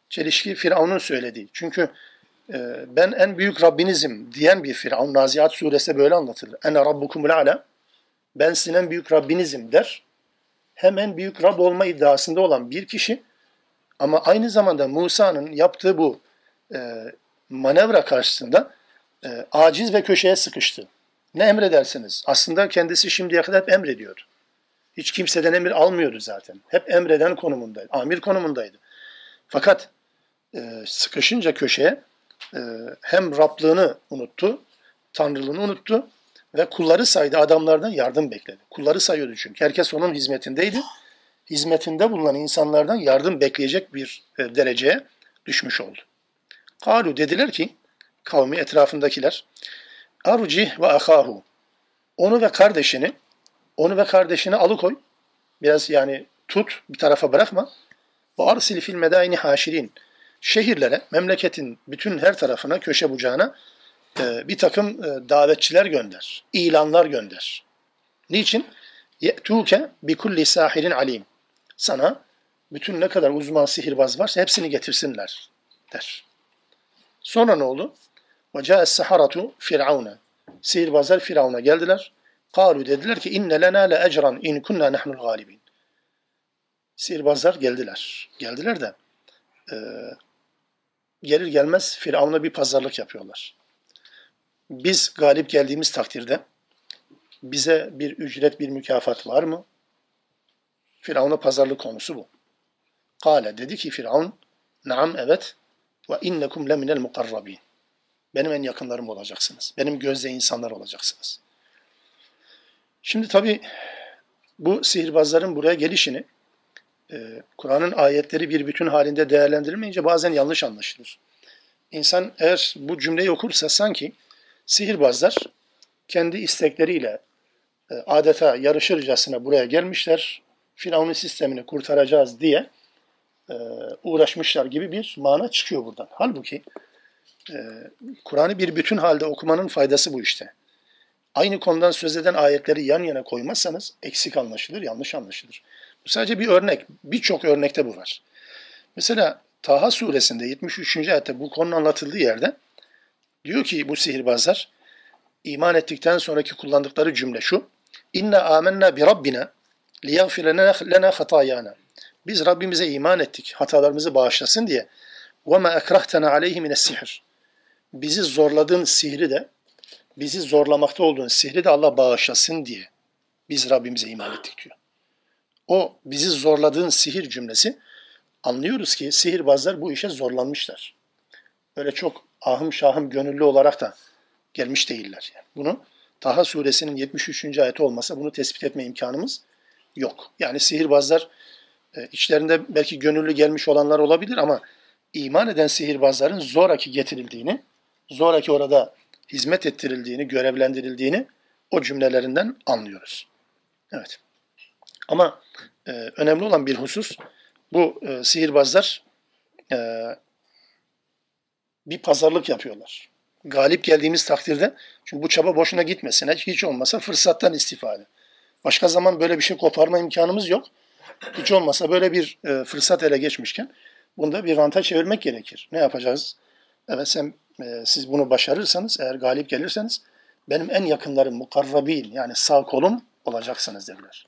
Çelişki Firavun'un söylediği. Çünkü ben en büyük Rabbinizim diyen bir Firavun. Naziat suresi böyle anlatılır. Ene rabbukumul ala. Ben sizin en büyük Rabbinizim der. Hem en büyük Rab olma iddiasında olan bir kişi ama aynı zamanda Musa'nın yaptığı bu manevra karşısında aciz ve köşeye sıkıştı. Ne emredersiniz? Aslında kendisi şimdiye kadar hep emrediyor. Hiç kimseden emir almıyordu zaten. Hep emreden konumundaydı, amir konumundaydı. Fakat sıkışınca köşeye hem Rablığını unuttu, Tanrılığını unuttu ve kulları saydı, adamlardan yardım bekledi. Kulları sayıyordu çünkü. Herkes onun hizmetindeydi. Hizmetinde bulunan insanlardan yardım bekleyecek bir dereceye düşmüş oldu. Kalu dediler ki, kavmi etrafındakiler, Arcih ve ahahu. Onu ve kardeşini alıkoy. Biraz yani tut, bir tarafa bırakma. Ve arsil fil medaini haşirin. Şehirlere, memleketin bütün her tarafına, köşe bucağına bir takım davetçiler gönder. İlanlar gönder. Niçin? Ye'tuke bi kulli sahirin alim. Sana bütün ne kadar uzman sihirbaz varsa hepsini getirsinler der. Sonra ne oldu? Ve ca'es saharatu firavuna. Sihirbazlar Firavun'a geldiler. Kalu dediler ki inne lena le ecran in kunna nahnul galibin. Sihirbazlar geldiler. Geldiler de gelir gelmez Firavun'a bir pazarlık yapıyorlar. Biz galip geldiğimiz takdirde bize bir ücret, bir mükafat var mı? Firavun'a pazarlık konusu bu. Kale dedi ki Firavun, naam evet ve innekum leminel mukarrabin. Benim en yakınlarım olacaksınız. Benim gözde insanlar olacaksınız. Şimdi tabii bu sihirbazların buraya gelişini Kur'an'ın ayetleri bir bütün halinde değerlendirilmeyince bazen yanlış anlaşılır. İnsan eğer bu cümleyi okursa sanki sihirbazlar kendi istekleriyle adeta yarışırcasına buraya gelmişler, Firavun'un sistemini kurtaracağız diye uğraşmışlar gibi bir mana çıkıyor buradan. Halbuki Kur'an'ı bir bütün halde okumanın faydası bu işte. Aynı konudan söz eden ayetleri yan yana koymazsanız eksik anlaşılır, yanlış anlaşılır. Bu sadece bir örnek. Birçok örnekte bu var. Mesela Taha suresinde 73. ayette bu konu anlatıldığı yerde diyor ki bu sihirbazlar iman ettikten sonraki kullandıkları cümle şu. İnna amennâ bi rabbina liyaghfir lena hatayana. Biz Rabbimize iman ettik, hatalarımızı bağışlasın diye. Ve ma ekrahtena aleyhi mine's-sihr. Bizi zorladığın sihri de, bizi zorlamakta olduğun sihri de Allah bağışlasın diye biz Rabbimize iman ettik diyor. O bizi zorladığın sihir cümlesi anlıyoruz ki sihirbazlar bu işe zorlanmışlar. Öyle çok ahım şahım gönüllü olarak da gelmiş değiller. Yani bunu Taha suresinin 73. ayeti olmasa bunu tespit etme imkanımız yok. Yani sihirbazlar içlerinde belki gönüllü gelmiş olanlar olabilir ama iman eden sihirbazların zoraki getirildiğini, zoraki orada hizmet ettirildiğini, görevlendirildiğini o cümlelerinden anlıyoruz. Evet. Ama önemli olan bir husus bu sihirbazlar bir pazarlık yapıyorlar. Galip geldiğimiz takdirde, çünkü bu çaba boşuna gitmesin, hiç olmasa fırsattan istifade. Başka zaman böyle bir şey koparma imkanımız yok. Hiç olmasa böyle bir fırsat ele geçmişken bunda bir ranta çevirmek gerekir. Ne yapacağız? Evet siz bunu başarırsanız, eğer galip gelirseniz benim en yakınlarım mukarrabin yani sağ kolum olacaksınız dediler.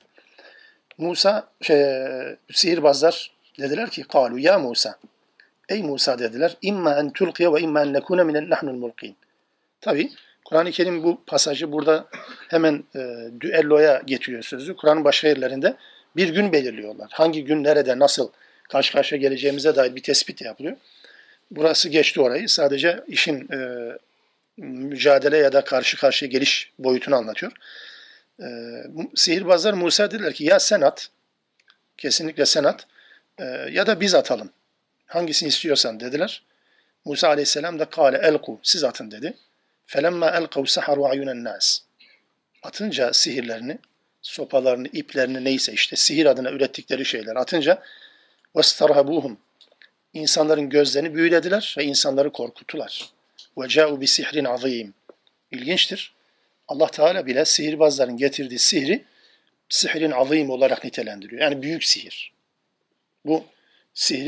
Sihirbazlar dediler ki kalu ya Musa. Ey Musa dediler. İmma en tulqiye ve imma en nekune minen nahnul mulkin. Tabi Kur'an-ı Kerim bu pasajı burada hemen düelloya getiriyor sözü. Kur'an'ın başka yerlerinde bir gün belirliyorlar. Hangi gün, nerede, nasıl karşı karşıya geleceğimize dair bir tespit yapılıyor. Burası geçti orayı. Sadece işin mücadele ya da karşı karşıya geliş boyutunu anlatıyor. Sihirbazlar Musa dediler ki ya sen at, kesinlikle sen at ya da biz atalım. Hangisini istiyorsan dediler. Musa aleyhisselam da kâle elku, siz atın dedi. Felemma elkav saharu ayunen nas. Atınca sihirlerini, sopalarını, iplerini neyse işte sihir adına ürettikleri şeyler atınca vestarhabuhum. İnsanların gözlerini büyülediler ve insanları korkuttular. Ve câ'u bi sihrin azîm. İlginçtir. Allah Teala bile sihirbazların getirdiği sihri sihrin azîm olarak nitelendiriyor. Yani büyük sihir. Bu sihrin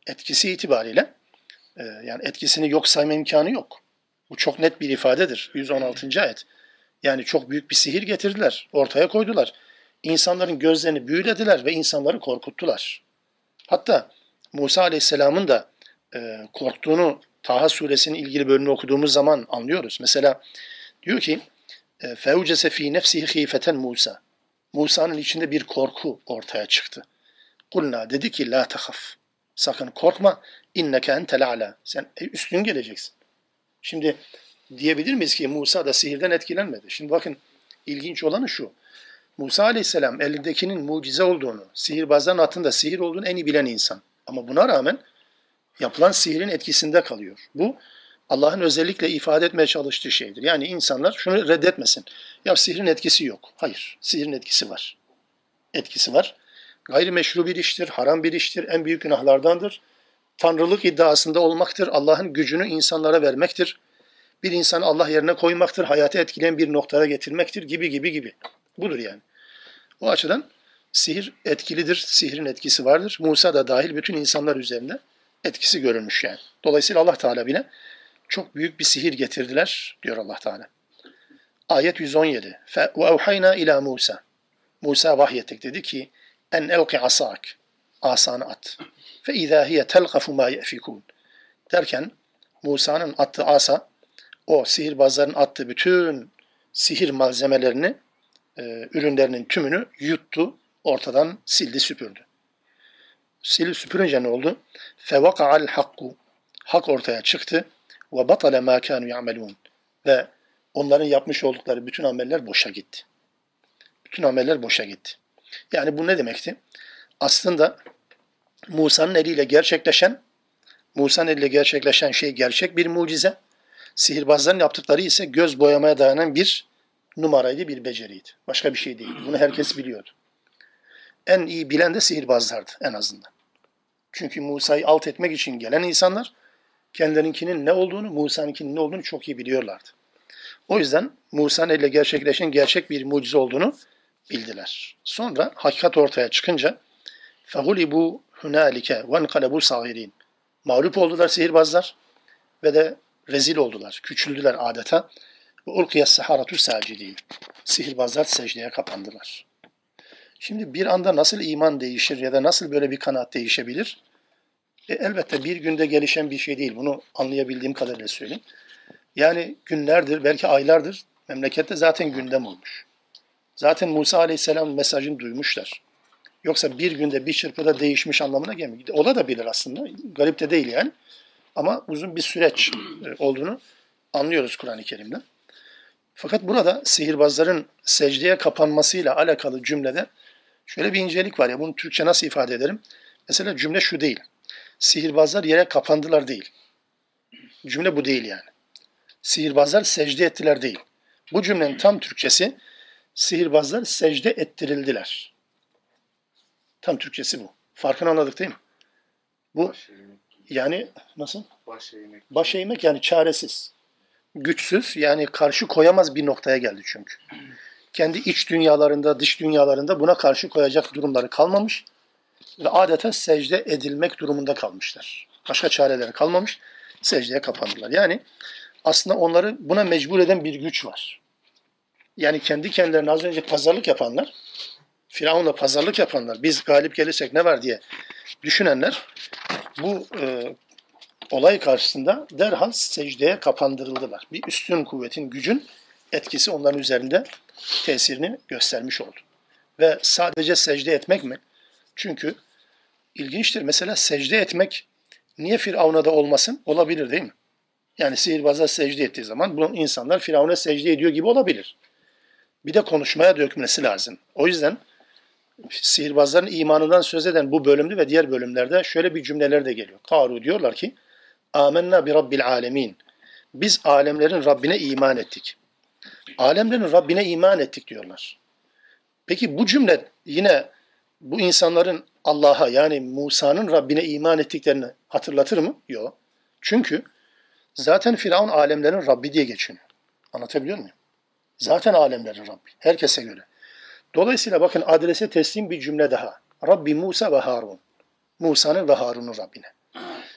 etkisi itibariyle yani etkisini yok sayma imkanı yok. Bu çok net bir ifadedir. 116. ayet. Yani çok büyük bir sihir getirdiler, ortaya koydular. İnsanların gözlerini büyülediler ve insanları korkuttular. Hatta Musa Aleyhisselam'ın da korktuğunu Taha suresinin ilgili bölümünü okuduğumuz zaman anlıyoruz. Mesela diyor ki فَاَوْجَسَ ف۪ي نَفْسِهِ خِيفَةً Musa. Musa'nın içinde bir korku ortaya çıktı. Kulna dedi ki la tahaf. Sakın korkma. İnneke entel a'la. Sen üstün geleceksin. Şimdi diyebilir miyiz ki Musa da sihirden etkilenmedi? Şimdi bakın ilginç olanı şu. Musa Aleyhisselam elindekinin mucize olduğunu, sihirbazların altında sihir olduğunu en iyi bilen insan. Ama buna rağmen yapılan sihirin etkisinde kalıyor. Bu Allah'ın özellikle ifade etmeye çalıştığı şeydir. Yani insanlar şunu reddetmesin. Ya sihrin etkisi yok. Hayır, sihrin etkisi var. Etkisi var. Gayrimeşru bir iştir, haram bir iştir, en büyük günahlardandır. Tanrılık iddiasında olmaktır, Allah'ın gücünü insanlara vermektir. Bir insanı Allah yerine koymaktır, hayatı etkileyen bir noktaya getirmektir gibi gibi gibi. Budur yani. O açıdan sihir etkilidir, sihrin etkisi vardır. Musa da dahil bütün insanlar üzerinde etkisi görülmüş yani. Dolayısıyla Allah Teala bile çok büyük bir sihir getirdiler diyor Allah Teala. Ayet 117. وَاَوْحَيْنَا ila Musa. Musa vahyettik dedi ki en elqi asak. Asanı at. فَاِذَا هِيَ تَلْقَفُ مَا يَأْفِكُونَ. Derken Musa'nın attığı asa o sihirbazların attığı bütün sihir malzemelerini, ürünlerinin tümünü yuttu, ortadan sildi, süpürdü. Silip süpürünce ne oldu? فَوَقَعَ الْحَقُّ. Hak ortaya çıktı. وَبَطَلَ مَا كَانُوا يَعْمَلُونَ. Ve onların yapmış oldukları bütün ameller boşa gitti. Bütün ameller boşa gitti. Yani bu ne demekti? Aslında Musa'nın eliyle gerçekleşen şey gerçek bir mucize. Sihirbazların yaptıkları ise göz boyamaya dayanan bir numaraydı, bir beceriydi. Başka bir şey değildi. Bunu herkes biliyordu. En iyi bilen de sihirbazlardı en azından. Çünkü Musa'yı alt etmek için gelen insanlar kendilerinkinin ne olduğunu, Musa'nınkinin ne olduğunu çok iyi biliyorlardı. O yüzden Musa'nın eliyle gerçekleşen gerçek bir mucize olduğunu bildiler. Sonra hakikat ortaya çıkınca فَغُلِبُوا هُنَالِكَ وَانْقَلَبُوا صَغِيرِينَ. Mağlup oldular sihirbazlar ve de rezil oldular, küçüldüler adeta. وَاُلْقِيَ السَّحَرَةُ سَاجِدِينَ. Sihirbazlar secdeye kapandılar. Şimdi bir anda nasıl iman değişir ya da nasıl böyle bir kanaat değişebilir? Elbette bir günde gelişen bir şey değil. Bunu anlayabildiğim kadarıyla söyleyeyim. Yani günlerdir, belki aylardır memlekette zaten gündem olmuş. Zaten Musa Aleyhisselam mesajını duymuşlar. Yoksa bir günde bir çırpıda değişmiş anlamına gelmiyor. Ola da bilir aslında. Garip de değil yani. Ama uzun bir süreç olduğunu anlıyoruz Kur'an-ı Kerim'den. Fakat burada sihirbazların secdeye kapanmasıyla alakalı cümlede şöyle bir incelik var ya, bunu Türkçe nasıl ifade ederim? Mesela cümle şu değil. Sihirbazlar yere kapandılar değil. Cümle bu değil yani. Sihirbazlar secde ettiler değil. Bu cümlenin tam Türkçesi sihirbazlar secde ettirildiler. Tam Türkçesi bu. Farkını anladık değil mi? Bu yani nasıl? Baş eğmek yani çaresiz. Güçsüz yani karşı koyamaz bir noktaya geldi çünkü. Kendi iç dünyalarında, dış dünyalarında buna karşı koyacak durumları kalmamış ve adeta secde edilmek durumunda kalmışlar. Başka çareleri kalmamış, secdeye kapandılar. Yani aslında onları buna mecbur eden bir güç var. Yani kendi kendilerine az önce pazarlık yapanlar, Firavun'la pazarlık yapanlar, biz galip gelirsek ne var diye düşünenler bu olay karşısında derhal secdeye kapandırıldılar. Bir üstün kuvvetin, gücün etkisi onların üzerinde tesirini göstermiş oldu. Ve sadece secde etmek mi? Çünkü ilginçtir. Mesela secde etmek niye Firavun'a da olmasın? Olabilir değil mi? Yani sihirbazlar secde ettiği zaman bu insanlar Firavun'a secde ediyor gibi olabilir. Bir de konuşmaya dökmesi lazım. O yüzden sihirbazların imanından söz eden bu bölümde ve diğer bölümlerde şöyle bir cümleler de geliyor. Karu diyorlar ki Âmennâ bi Rabbil âlemîn. Biz alemlerin Rabbine iman ettik. Alemlerin Rabbine iman ettik diyorlar. Peki bu cümle yine bu insanların Allah'a yani Musa'nın Rabbine iman ettiklerini hatırlatır mı? Yok. Çünkü zaten Firavun alemlerin Rabbi diye geçiyor. Anlatabiliyor muyum? Zaten alemlerin Rabbi. Herkese göre. Dolayısıyla bakın adrese teslim bir cümle daha. Rabbi Musa ve Harun. Musa'nın ve Harun'un Rabbine.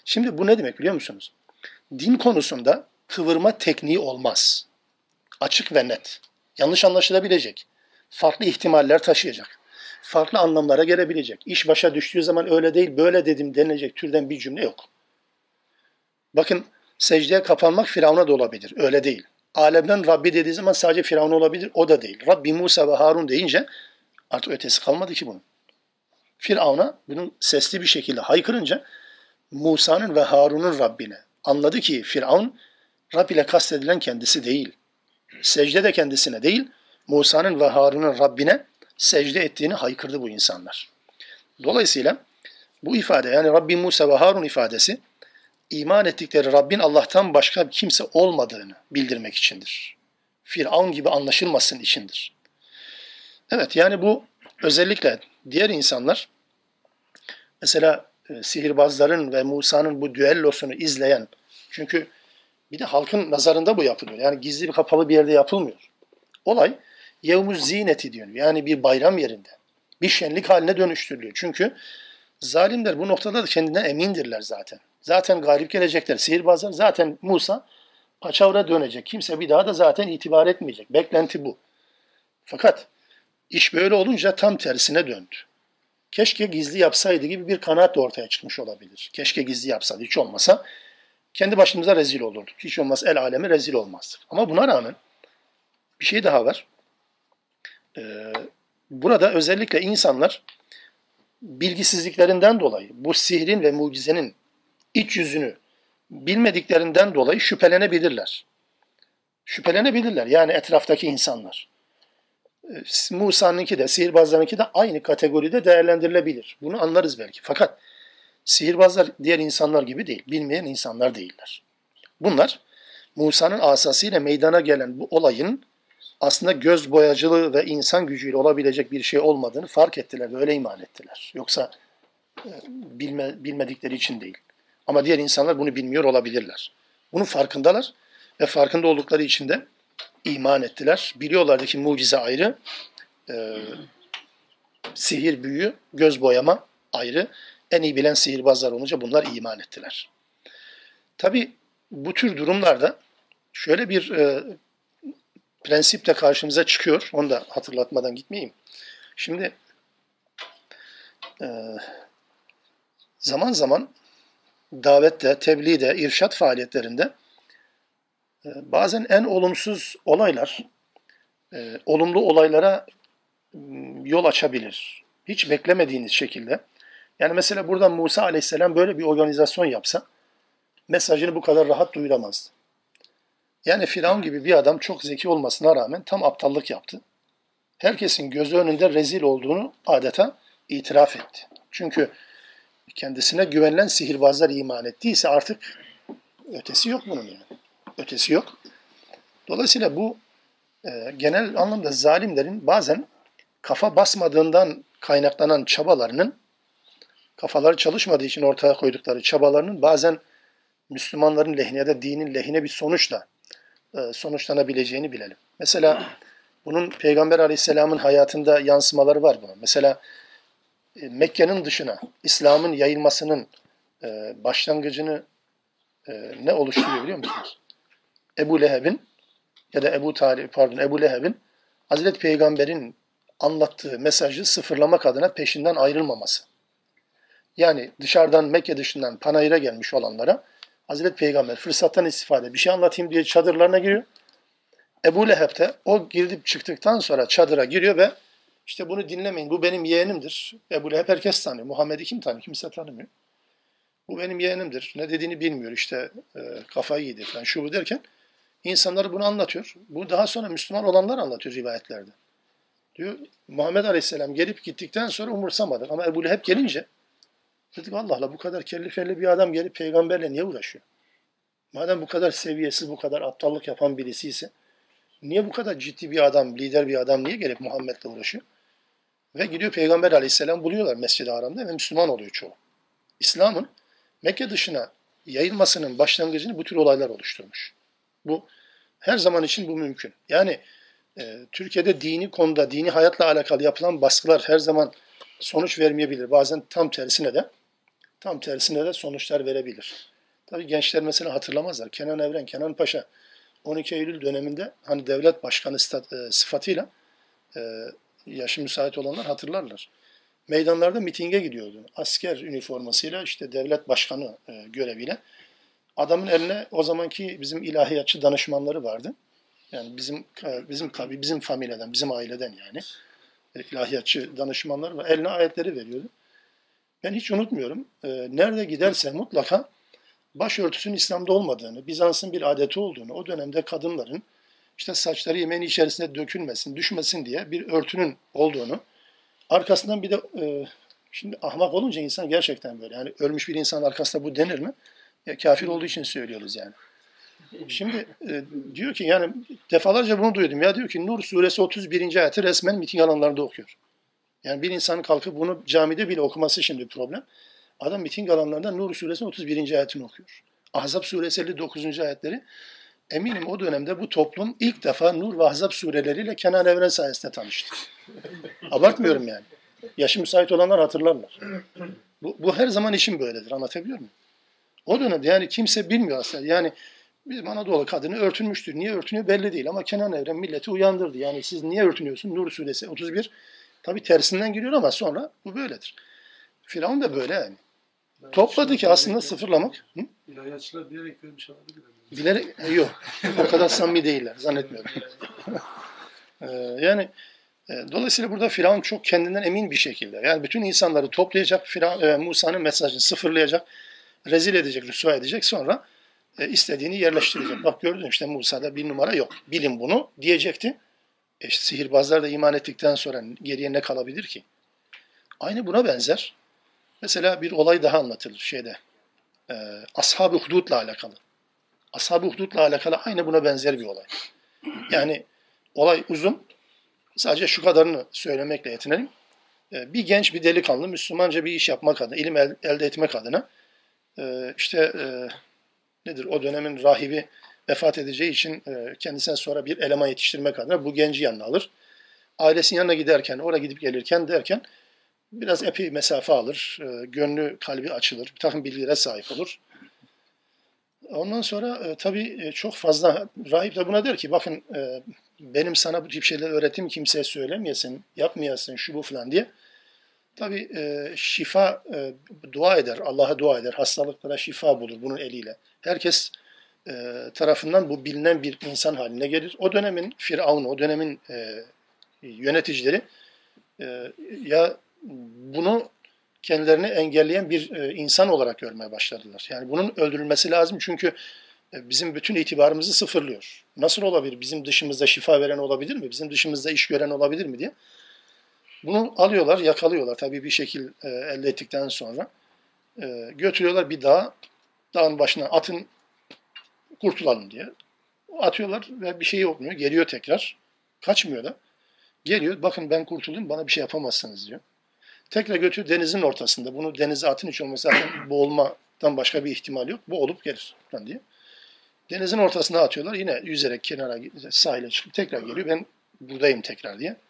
Şimdi bu ne demek biliyor musunuz? Din konusunda kıvırma tekniği olmaz. Açık ve net. Yanlış anlaşılabilecek. Farklı ihtimaller taşıyacak. Farklı anlamlara gelebilecek. İş başa düştüğü zaman öyle değil, böyle dedim denilecek türden bir cümle yok. Bakın secdeye kapanmak Firavun'a da olabilir. Öyle değil. Alemden Rabbi dediği zaman sadece Firavun olabilir. O da değil. Rabbi Musa ve Harun deyince artık ötesi kalmadı ki bunun. Firavun'a bunu sesli bir şekilde haykırınca Musa'nın ve Harun'un Rabbine anladı ki Firavun Rab ile kastedilen kendisi değil. Secde de kendisine değil, Musa'nın ve Harun'un Rabbine secde ettiğini haykırdı bu insanlar. Dolayısıyla bu ifade yani Rabbi Musa ve Harun ifadesi iman ettikleri Rabbin Allah'tan başka kimse olmadığını bildirmek içindir. Firavun gibi anlaşılmasın içindir. Evet yani bu özellikle diğer insanlar mesela sihirbazların ve Musa'nın bu düellosunu izleyen çünkü bir de halkın nazarında bu yapılıyor. Yani gizli bir kapalı bir yerde yapılmıyor. Olay yevmüz zineti diyor. Yani bir bayram yerinde. Bir şenlik haline dönüştürülüyor. Çünkü zalimler bu noktada da kendinden emindirler zaten. Zaten galip gelecekler. Sihirbazlar zaten Musa paçavra dönecek. Kimse bir daha da zaten itibar etmeyecek. Beklenti bu. Fakat iş böyle olunca tam tersine döndü. Keşke gizli yapsaydı gibi bir kanaat de ortaya çıkmış olabilir. Keşke gizli yapsaydı. Hiç olmasa kendi başımıza rezil olurduk. Hiç olmazsa el aleme rezil olmazdık. Ama buna rağmen bir şey daha var. Burada özellikle insanlar bilgisizliklerinden dolayı bu sihrin ve mucizenin iç yüzünü bilmediklerinden dolayı şüphelenebilirler. Şüphelenebilirler yani etraftaki insanlar. Musa'nınki de sihirbazlarınki de aynı kategoride değerlendirilebilir. Bunu anlarız belki. Fakat sihirbazlar diğer insanlar gibi değil. Bilmeyen insanlar değiller. Bunlar Musa'nın asasıyla meydana gelen bu olayın aslında göz boyacılığı ve insan gücüyle olabilecek bir şey olmadığını fark ettiler ve öyle iman ettiler. Yoksa bilmedikleri için değil. Ama diğer insanlar bunu bilmiyor olabilirler. Bunun farkındalar ve farkında oldukları için de iman ettiler. Biliyorlardı ki mucize ayrı, sihir, büyü, göz boyama ayrı. En iyi bilen sihirbazlar olunca bunlar iman ettiler. Tabi bu tür durumlarda şöyle bir prensip de karşımıza çıkıyor. Onu da hatırlatmadan gitmeyeyim. Şimdi zaman zaman davette, tebliğde, irşat faaliyetlerinde bazen en olumsuz olaylar olumlu olaylara yol açabilir. Hiç beklemediğiniz şekilde. Yani mesela buradan Musa Aleyhisselam böyle bir organizasyon yapsa mesajını bu kadar rahat duyuramazdı. Yani Firavun gibi bir adam çok zeki olmasına rağmen tam aptallık yaptı. Herkesin gözü önünde rezil olduğunu adeta itiraf etti. Çünkü kendisine güvenilen sihirbazlar iman ettiyse artık ötesi yok bunun yani. Ötesi yok. Dolayısıyla bu genel anlamda zalimlerin bazen kafa basmadığından kaynaklanan çabalarının, kafaları çalışmadığı için ortaya koydukları çabalarının bazen Müslümanların lehine ya da dinin lehine bir sonuçla sonuçlanabileceğini bilelim. Mesela bunun Peygamber Aleyhisselam'ın hayatında yansımaları var buna. Mesela Mekke'nin dışına İslam'ın yayılmasının başlangıcını ne oluşturuyor biliyor musunuz? Ebu Leheb'in ya da Ebu Leheb'in Hazreti Peygamber'in anlattığı mesajı sıfırlamak adına peşinden ayrılmaması. Yani dışarıdan Mekke dışından panayıra gelmiş olanlara Hazreti Peygamber fırsattan istifade bir şey anlatayım diye çadırlarına giriyor. Ebu Leheb de o girip çıktıktan sonra çadıra giriyor ve işte bunu dinlemeyin bu benim yeğenimdir. Ebu Leheb herkes tanıyor. Muhammed'i kim tanıyor? Kimse tanımıyor. Bu benim yeğenimdir. Ne dediğini bilmiyor işte kafayı yedi falan şu bu derken insanlar bunu anlatıyor. Bu daha sonra Müslüman olanlar anlatıyor rivayetlerde. Diyor Muhammed Aleyhisselam gelip gittikten sonra umursamadık ama Ebu Leheb gelince dedik Allah Allah bu kadar kelli felli bir adam gelip peygamberle niye uğraşıyor? Madem bu kadar seviyesiz, bu kadar aptallık yapan birisi ise niye bu kadar ciddi bir adam, lider bir adam niye gelip Muhammed'le uğraşıyor? Ve gidiyor Peygamber Aleyhisselam buluyorlar Mescid-i Haram'da ve Müslüman oluyor çoğu. İslam'ın Mekke dışına yayılmasının başlangıcını bu tür olaylar oluşturmuş. Bu her zaman için bu mümkün. Yani Türkiye'de dini konuda, dini hayatla alakalı yapılan baskılar her zaman sonuç vermeyebilir. Bazen tam tersine de Tam tersine de sonuçlar verebilir. Tabii gençler mesela hatırlamazlar. Kenan Evren, Kenan Paşa 12 Eylül döneminde hani devlet başkanı sıfatıyla e, yaşı müsait olanlar hatırlarlar. Meydanlarda mitinge gidiyordu. Asker üniformasıyla işte devlet başkanı göreviyle. Adamın eline o zamanki bizim ilahiyatçı danışmanları vardı. Yani bizim familyadan, bizim aileden yani. İlahiyatçı danışmanlar var. Eline ayetleri veriyordu. Ben hiç unutmuyorum. Nerede giderse mutlaka başörtüsünün İslam'da olmadığını, Bizans'ın bir adeti olduğunu, o dönemde kadınların işte saçları yemeğin içerisine dökülmesin, düşmesin diye bir örtünün olduğunu, arkasından bir de şimdi ahmak olunca insan gerçekten böyle. Yani ölmüş bir insan arkasında bu denir mi? Ya kafir olduğu için söylüyoruz yani. Şimdi diyor ki yani defalarca bunu duydum. Ya diyor ki Nur suresi 31. ayeti resmen miting alanlarında okuyor. Yani bir insanın kalkıp bunu camide bile okuması şimdi problem. Adam miting alanlarında Nur suresi 31. ayetini okuyor. Ahzab suresi 59. ayetleri. Eminim o dönemde bu toplum ilk defa Nur ve Ahzab sureleriyle Kenan Evren sayesinde tanıştı. Abartmıyorum yani. Yaşı müsait olanlar hatırlarlar. Bu her zaman için böyledir. Anlatabiliyor muyum? O dönemde yani kimse bilmiyor aslında. Yani bizim Anadolu kadını örtünmüştür. Niye örtünüyor belli değil ama Kenan Evren milleti uyandırdı. Yani siz niye örtünüyorsun? Nur suresi 31. Tabi tersinden giriyor ama sonra bu böyledir. Firavun da böyle yani. Topladı ki aslında sıfırlamak. Hı? İlahiyatçılar bilerek vermiş olabilir. Bilerek yok. O kadar samimi değiller. Zannetmiyorum. Yani dolayısıyla burada Firavun çok kendinden emin bir şekilde. Yani bütün insanları toplayacak, Musa'nın mesajını sıfırlayacak, rezil edecek, rüsva edecek, sonra istediğini yerleştirecek. Bak gördün işte Musa'da bir numara yok. Bilin bunu diyecekti. Sihirbazlar da iman ettikten sonra geriye ne kalabilir ki? Aynı buna benzer. Mesela bir olay daha anlatılır şeyde. Ashab-ı Hudud'la alakalı. Ashab-ı Hudud'la alakalı aynı buna benzer bir olay. Yani olay uzun. Sadece şu kadarını söylemekle yetinelim. Bir genç, bir delikanlı Müslümanca bir iş yapmak adına, ilim elde etmek adına işte nedir o dönemin rahibi vefat edeceği için kendisine sonra bir eleman yetiştirmek adına bu genci yanına alır. Ailesinin yanına giderken, oraya gidip gelirken derken biraz epey mesafe alır. Gönlü, kalbi açılır. Bir takım bilgilere sahip olur. Ondan sonra tabii çok fazla rahip de buna der ki bakın benim sana bu tip şeyler öğretim kimseye söylemeyesin, yapmayasın şu bu falan diye. Tabii şifa dua eder, Allah'a dua eder. Hastalıklara şifa bulur bunun eliyle. Herkes tarafından bu bilinen bir insan haline gelir. O dönemin Firavun'u, o dönemin yöneticileri ya bunu kendilerini engelleyen bir insan olarak görmeye başladılar. Yani bunun öldürülmesi lazım çünkü bizim bütün itibarımızı sıfırlıyor. Nasıl olabilir? Bizim dışımızda şifa veren olabilir mi? Bizim dışımızda iş gören olabilir mi diye. Bunu alıyorlar, yakalıyorlar tabii bir şekil elde ettikten sonra. Götürüyorlar bir dağa, dağın başına atın kurtulalım diye. Atıyorlar ve bir şey olmuyor. Geliyor tekrar. Kaçmıyor da. Geliyor, bakın ben kurtuldum, bana bir şey yapamazsınız diyor. Tekrar götür denizin ortasında. Bunu denize atın hiç olmasa zaten boğulmadan başka bir ihtimal yok. Bu olup gelir falan diye. Denizin ortasına atıyorlar. Yine yüzerek kenara sahile çıkıp tekrar geliyor. Ben buradayım tekrar diye.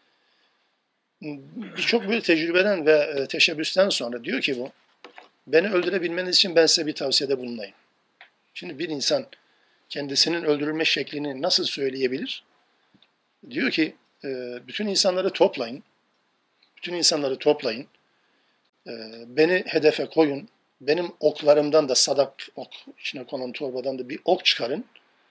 Birçok böyle tecrübeden ve teşebbüsten sonra diyor ki bu, beni öldürebilmeniz için ben size bir tavsiyede bulunayım. Şimdi bir insan kendisinin öldürülme şeklini nasıl söyleyebilir? Diyor ki bütün insanları toplayın. Bütün insanları toplayın. Beni hedefe koyun. Benim oklarımdan da sadak ok, içine konan torbadan da bir ok çıkarın.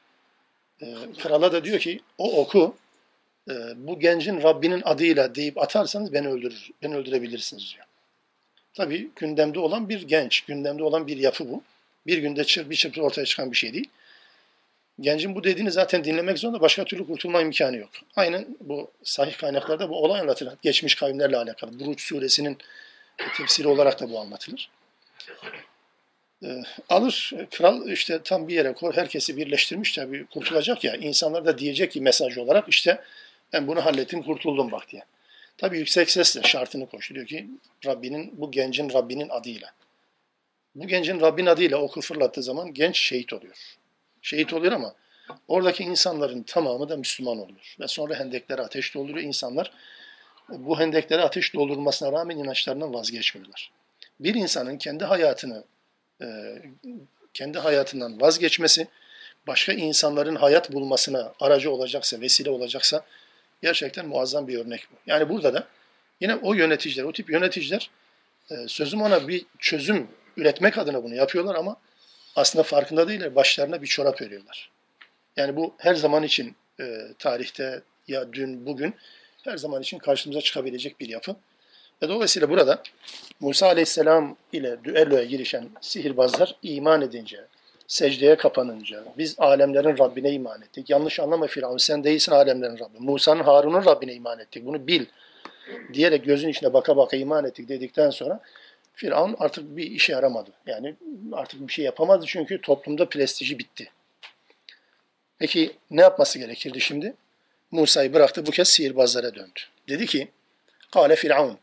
Krala da diyor ki o oku bu gencin Rabbinin adıyla deyip atarsanız beni öldürür. Beni öldürebilirsiniz diyor. Tabii gündemde olan bir genç, gündemde olan bir yapı bu. Bir günde bir çırpıda ortaya çıkan bir şey değil. Gencin bu dediğini zaten dinlemek zorunda, başka türlü kurtulma imkanı yok. Aynen bu sahih kaynaklarda bu olay anlatılır. Geçmiş kavimlerle alakalı. Buruç suresinin tefsiri olarak da bu anlatılır. Alır kral işte tam bir yere koy, herkesi birleştirmiş tabii kurtulacak ya. İnsanlar da diyecek ki mesaj olarak işte ben bunu hallettim kurtuldum bak diye. Tabii yüksek sesle şartını koşuyor ki bu gencin Rabbinin adıyla. Bu gencin Rabbinin adıyla oku fırlattığı zaman genç şehit oluyor. Şehit oluyor ama oradaki insanların tamamı da Müslüman oluyor. Ve sonra hendeklere ateş dolduruyor. İnsanlar bu hendeklere ateş doldurulmasına rağmen inançlarından vazgeçmiyorlar. bir insanın e, kendi hayatından vazgeçmesi, başka insanların hayat bulmasına aracı olacaksa, vesile olacaksa gerçekten muazzam bir örnek bu. Yani burada da yine o yöneticiler, o tip yöneticiler sözüm ona bir çözüm üretmek adına bunu yapıyorlar ama aslında farkında değiller. Başlarına bir çorap örüyorlar. Yani bu her zaman için tarihte ya dün, bugün her zaman için karşımıza çıkabilecek bir yapı. Ve dolayısıyla burada Musa Aleyhisselam ile düelloya girişen sihirbazlar iman edince, secdeye kapanınca, biz alemlerin Rabbine iman ettik. Yanlış anlama Firavun, sen değilsin alemlerin Rabbi. Musa'nın, Harun'un Rabbine iman ettik. Bunu bil diyerek gözün içine baka baka iman ettik dedikten sonra Firavun artık bir işe yaramadı. Yani artık bir şey yapamadı çünkü toplumda prestiji bitti. Peki ne yapması gerekirdi şimdi? Musa'yı bıraktı, bu kez sihirbazlara döndü. Dedi ki, Kale Firavun,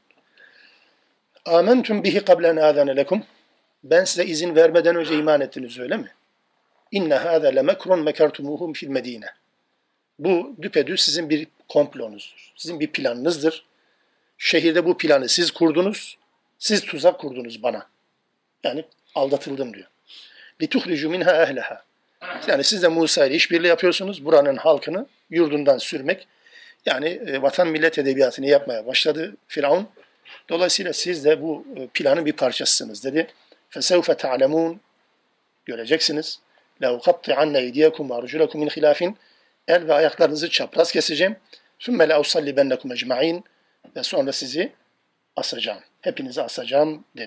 Âmentum bihi kablen âzene lekum. Ben size izin vermeden önce iman ettiniz öyle mi? İnne hâze lemekrun mekertumuhum fil medine. Bu düpedüz sizin bir komplonuzdur. Sizin bir planınızdır. Şehirde bu planı siz kurdunuz. Siz tuzak kurdunuz bana. Yani aldatıldım diyor. لِتُخْرِجُ مِنْهَا اَهْلَهَا. Yani siz de Musa ile işbirliği yapıyorsunuz. Buranın halkını yurdundan sürmek. Yani vatan millet edebiyatını yapmaya başladı Firavun. Dolayısıyla siz de bu planın bir parçasısınız dedi. فَسَوْفَ تَعْلَمُونَ. Göreceksiniz. لَاُقَطِّعَنَّ اَيْدِيَكُمْ وَاَرْجُلَكُمْ مِنْ خِلَافٍ. El ve ayaklarınızı çapraz keseceğim. ثُمَّ لَاُصَلِّبَنَّكُمْ اَجْمَعِينَ. Ve sonra sizi asacağım. Hepinizi asacağım dedi.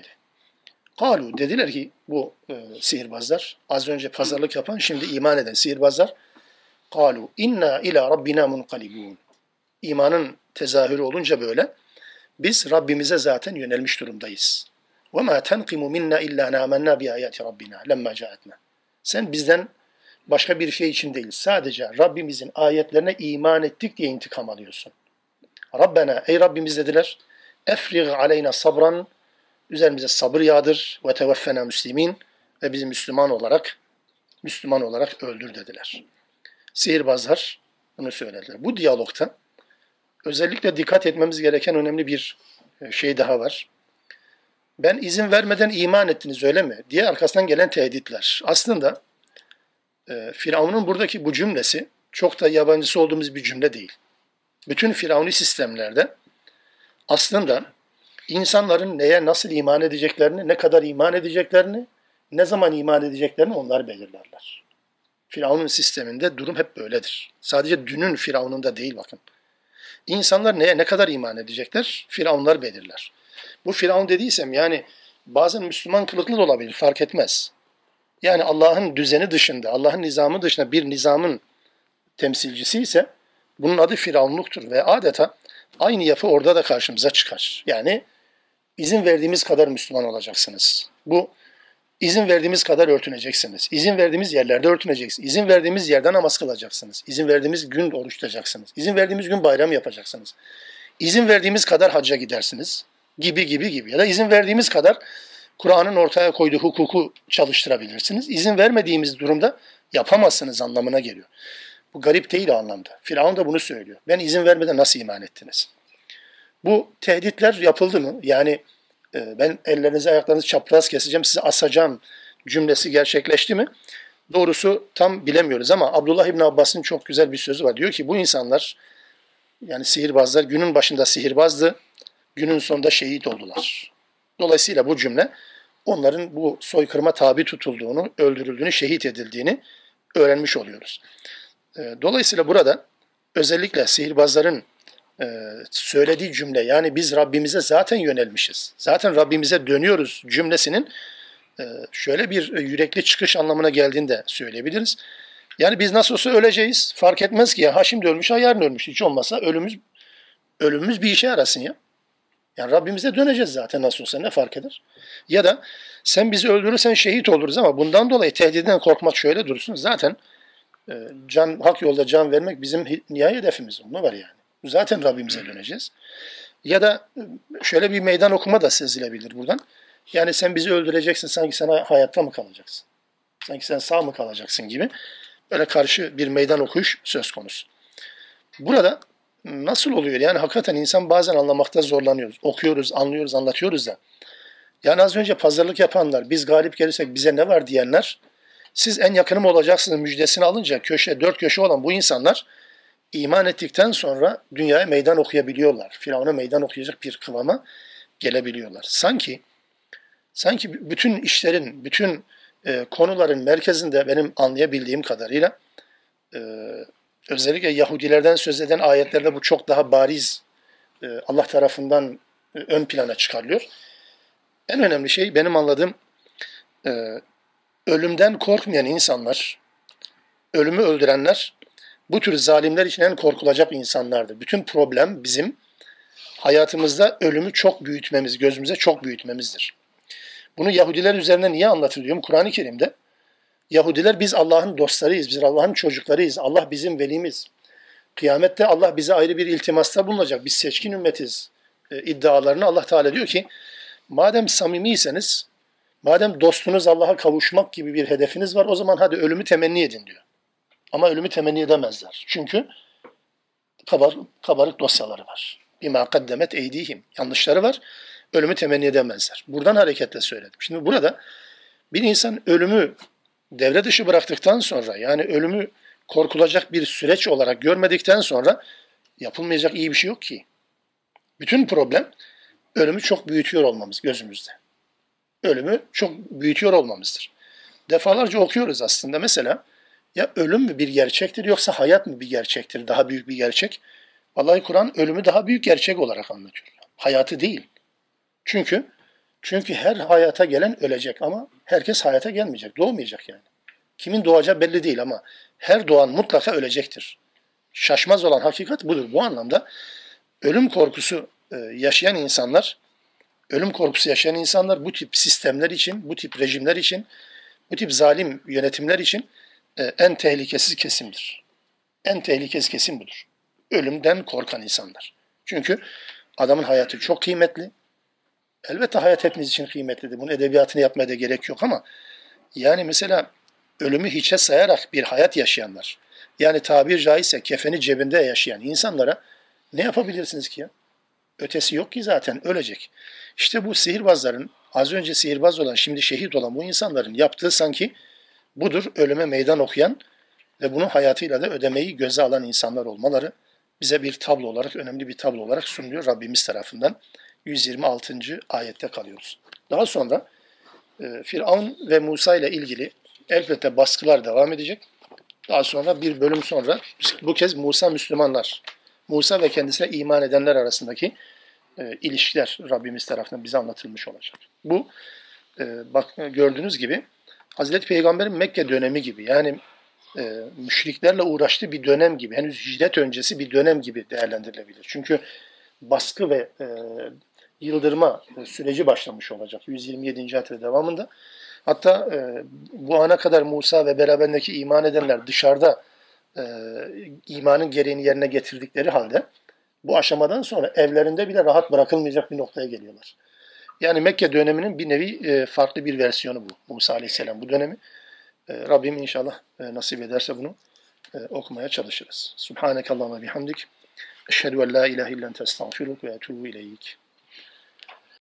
Kalu dediler ki bu sihirbazlar, az önce pazarlık yapan, şimdi iman eden sihirbazlar, kalu inna ila rabbina munqalibun. İmanın tezahürü olunca böyle, biz Rabbimize zaten yönelmiş durumdayız. Ve ma tenqimu minna illa na'menna bi ayati rabbina lemma ca'atna. Sen bizden başka bir şey için değil, sadece Rabbimizin ayetlerine iman ettik diye intikam alıyorsun. Rabbena, ey Rabbimiz dediler, efrig aleyna sabran, üzerimize sabır yağdır ve teveffena müslimin ve bizi Müslüman olarak öldür dediler. Sihirbazlar bunu söylediler. Bu diyalogta özellikle dikkat etmemiz gereken önemli bir şey daha var. Ben izin vermeden iman ettiniz öyle mi? Diye arkasından gelen tehditler. Aslında Firavun'un buradaki bu cümlesi çok da yabancısı olduğumuz bir cümle değil. Bütün Firavuni sistemlerde aslında İnsanların neye nasıl iman edeceklerini, ne kadar iman edeceklerini, ne zaman iman edeceklerini onlar belirlerler. Firavun'un sisteminde durum hep böyledir. Sadece dünün Firavun'unda değil bakın. İnsanlar neye ne kadar iman edecekler? Firavunlar belirler. Bu Firavun dediysem yani bazen Müslüman kılıklı da olabilir, fark etmez. Yani Allah'ın düzeni dışında, Allah'ın nizamı dışında bir nizamın temsilcisi ise bunun adı Firavunluktur ve adeta aynı yapı orada da karşımıza çıkar. Yani İzin verdiğimiz kadar Müslüman olacaksınız. Bu izin verdiğimiz kadar örtüneceksiniz. İzin verdiğimiz yerlerde örtüneceksiniz. İzin verdiğimiz yerde namaz kılacaksınız. İzin verdiğimiz gün oruç tutacaksınız. İzin verdiğimiz gün bayram yapacaksınız. İzin verdiğimiz kadar hacca gidersiniz. Gibi. Ya da izin verdiğimiz kadar Kur'an'ın ortaya koyduğu hukuku çalıştırabilirsiniz. İzin vermediğimiz durumda yapamazsınız anlamına geliyor. Bu garip değil o anlamda. Firavun da bunu söylüyor. Ben izin vermeden nasıl iman ettiniz? Bu tehditler yapıldı mı? Yani ben ellerinizi ayaklarınızı çapraz keseceğim, sizi asacağım cümlesi gerçekleşti mi? Doğrusu tam bilemiyoruz ama Abdullah İbni Abbas'ın çok güzel bir sözü var. Diyor ki bu insanlar yani sihirbazlar günün başında sihirbazdı, günün sonunda şehit oldular. Dolayısıyla bu cümle onların bu soykırıma tabi tutulduğunu, öldürüldüğünü, şehit edildiğini öğrenmiş oluyoruz. Dolayısıyla burada özellikle sihirbazların söylediği cümle yani biz Rabbimize zaten yönelmişiz. Zaten Rabbimize dönüyoruz cümlesinin şöyle bir yürekli çıkış anlamına geldiğini de söyleyebiliriz. Yani biz nasıl olsa öleceğiz. Fark etmez ki ya ha şimdi ölmüş ha yarın ölmüş. Hiç olmazsa ölümümüz bir işe yarasın ya. Yani Rabbimize döneceğiz zaten nasıl olsa ne fark eder? Ya da sen bizi öldürürsen şehit oluruz ama bundan dolayı tehditten korkmak şöyle dursun. Zaten hak yolda can vermek bizim nihai hedefimiz. Ne var yani? Zaten Rabbimize döneceğiz. Ya da şöyle bir meydan okuma da sezilebilir buradan. Yani sen bizi öldüreceksin, sanki sen hayatta mı kalacaksın? Sanki sen sağ mı kalacaksın gibi. Böyle karşı bir meydan okuyuş söz konusu. Burada nasıl oluyor? Yani hakikaten insan bazen anlamakta zorlanıyoruz. Okuyoruz, anlıyoruz, anlatıyoruz da. Yani az önce pazarlık yapanlar, biz galip gelirsek bize ne var diyenler, siz en yakınım olacaksınız müjdesini alınca dört köşe olan bu insanlar iman ettikten sonra dünyaya meydan okuyabiliyorlar. Firavun'a meydan okuyacak bir kıvama gelebiliyorlar. Sanki bütün işlerin, bütün konuların merkezinde benim anlayabildiğim kadarıyla özellikle Yahudilerden söz eden ayetlerde bu çok daha bariz Allah tarafından ön plana çıkarılıyor. En önemli şey benim anladığım ölümden korkmayan insanlar, ölümü öldürenler bu tür zalimler için en korkulacak insanlardır. Bütün problem bizim hayatımızda ölümü çok büyütmemiz, gözümüze çok büyütmemizdir. Bunu Yahudiler üzerine niye anlatır diyorum Kur'an-ı Kerim'de. Yahudiler biz Allah'ın dostlarıyız, biz Allah'ın çocuklarıyız, Allah bizim velimiz. Kıyamette Allah bize ayrı bir iltimasta bulunacak, biz seçkin ümmetiz iddialarını Allah Teala diyor ki, madem samimiyseniz, madem dostunuz Allah'a kavuşmak gibi bir hedefiniz var, o zaman hadi ölümü temenni edin diyor. Ama ölümü temenni edemezler. Çünkü kabarık dosyaları var. بِمَا قَدَّمَتْ اَيْد۪يهِمْ yanlışları var. Ölümü temenni edemezler. Buradan hareketle söyledim. Şimdi burada bir insan ölümü devre dışı bıraktıktan sonra, yani ölümü korkulacak bir süreç olarak görmedikten sonra yapılmayacak iyi bir şey yok ki. Bütün problem ölümü çok büyütüyor olmamız gözümüzde. Ölümü çok büyütüyor olmamızdır. Defalarca okuyoruz aslında. Mesela ya ölüm mü bir gerçektir yoksa hayat mı bir gerçektir, daha büyük bir gerçek? Vallahi Kur'an ölümü daha büyük gerçek olarak anlatıyor. Hayatı değil. Çünkü her hayata gelen ölecek ama herkes hayata gelmeyecek, doğmayacak yani. Kimin doğacağı belli değil ama her doğan mutlaka ölecektir. Şaşmaz olan hakikat budur. Bu anlamda ölüm korkusu yaşayan insanlar, bu tip sistemler için, bu tip rejimler için, bu tip zalim yönetimler için en tehlikesiz kesimdir. En tehlikesiz kesim budur. Ölümden korkan insanlar. Çünkü adamın hayatı çok kıymetli. Elbette hayat hepimiz için kıymetlidir. Bunun edebiyatını yapmaya da gerek yok ama yani mesela ölümü hiçe sayarak bir hayat yaşayanlar, yani tabir caizse kefeni cebinde yaşayan insanlara ne yapabilirsiniz ki ya? Ötesi yok ki zaten ölecek. İşte bu sihirbazların, az önce sihirbaz olan, şimdi şehit olan bu insanların yaptığı sanki budur, ölüme meydan okuyan ve bunu hayatıyla da ödemeyi göze alan insanlar olmaları bize bir tablo olarak, önemli bir tablo olarak sunuluyor Rabbimiz tarafından. 126. ayette kalıyoruz. Daha sonra Firavun ve Musa ile ilgili elbette baskılar devam edecek. Daha sonra bir bölüm sonra bu kez Musa ve kendisine iman edenler arasındaki ilişkiler Rabbimiz tarafından bize anlatılmış olacak. Bu bak gördüğünüz gibi Hazreti Peygamber'in Mekke dönemi gibi, yani müşriklerle uğraştığı bir dönem gibi, henüz hicret öncesi bir dönem gibi değerlendirilebilir. Çünkü baskı ve yıldırma süreci başlamış olacak 127. ayet ve devamında. Hatta bu ana kadar Musa ve beraberindeki iman edenler dışarıda imanın gereğini yerine getirdikleri halde bu aşamadan sonra evlerinde bile rahat bırakılmayacak bir noktaya geliyorlar. Yani Mekke döneminin bir nevi farklı bir versiyonu bu. Musa Aleyhisselam bu dönemi. Rabbim inşallah nasip ederse bunu okumaya çalışırız. Subhanekallahumma bihamdik. Eşhedü en la ilahe illen testağfiruk ve etûbü ileyk.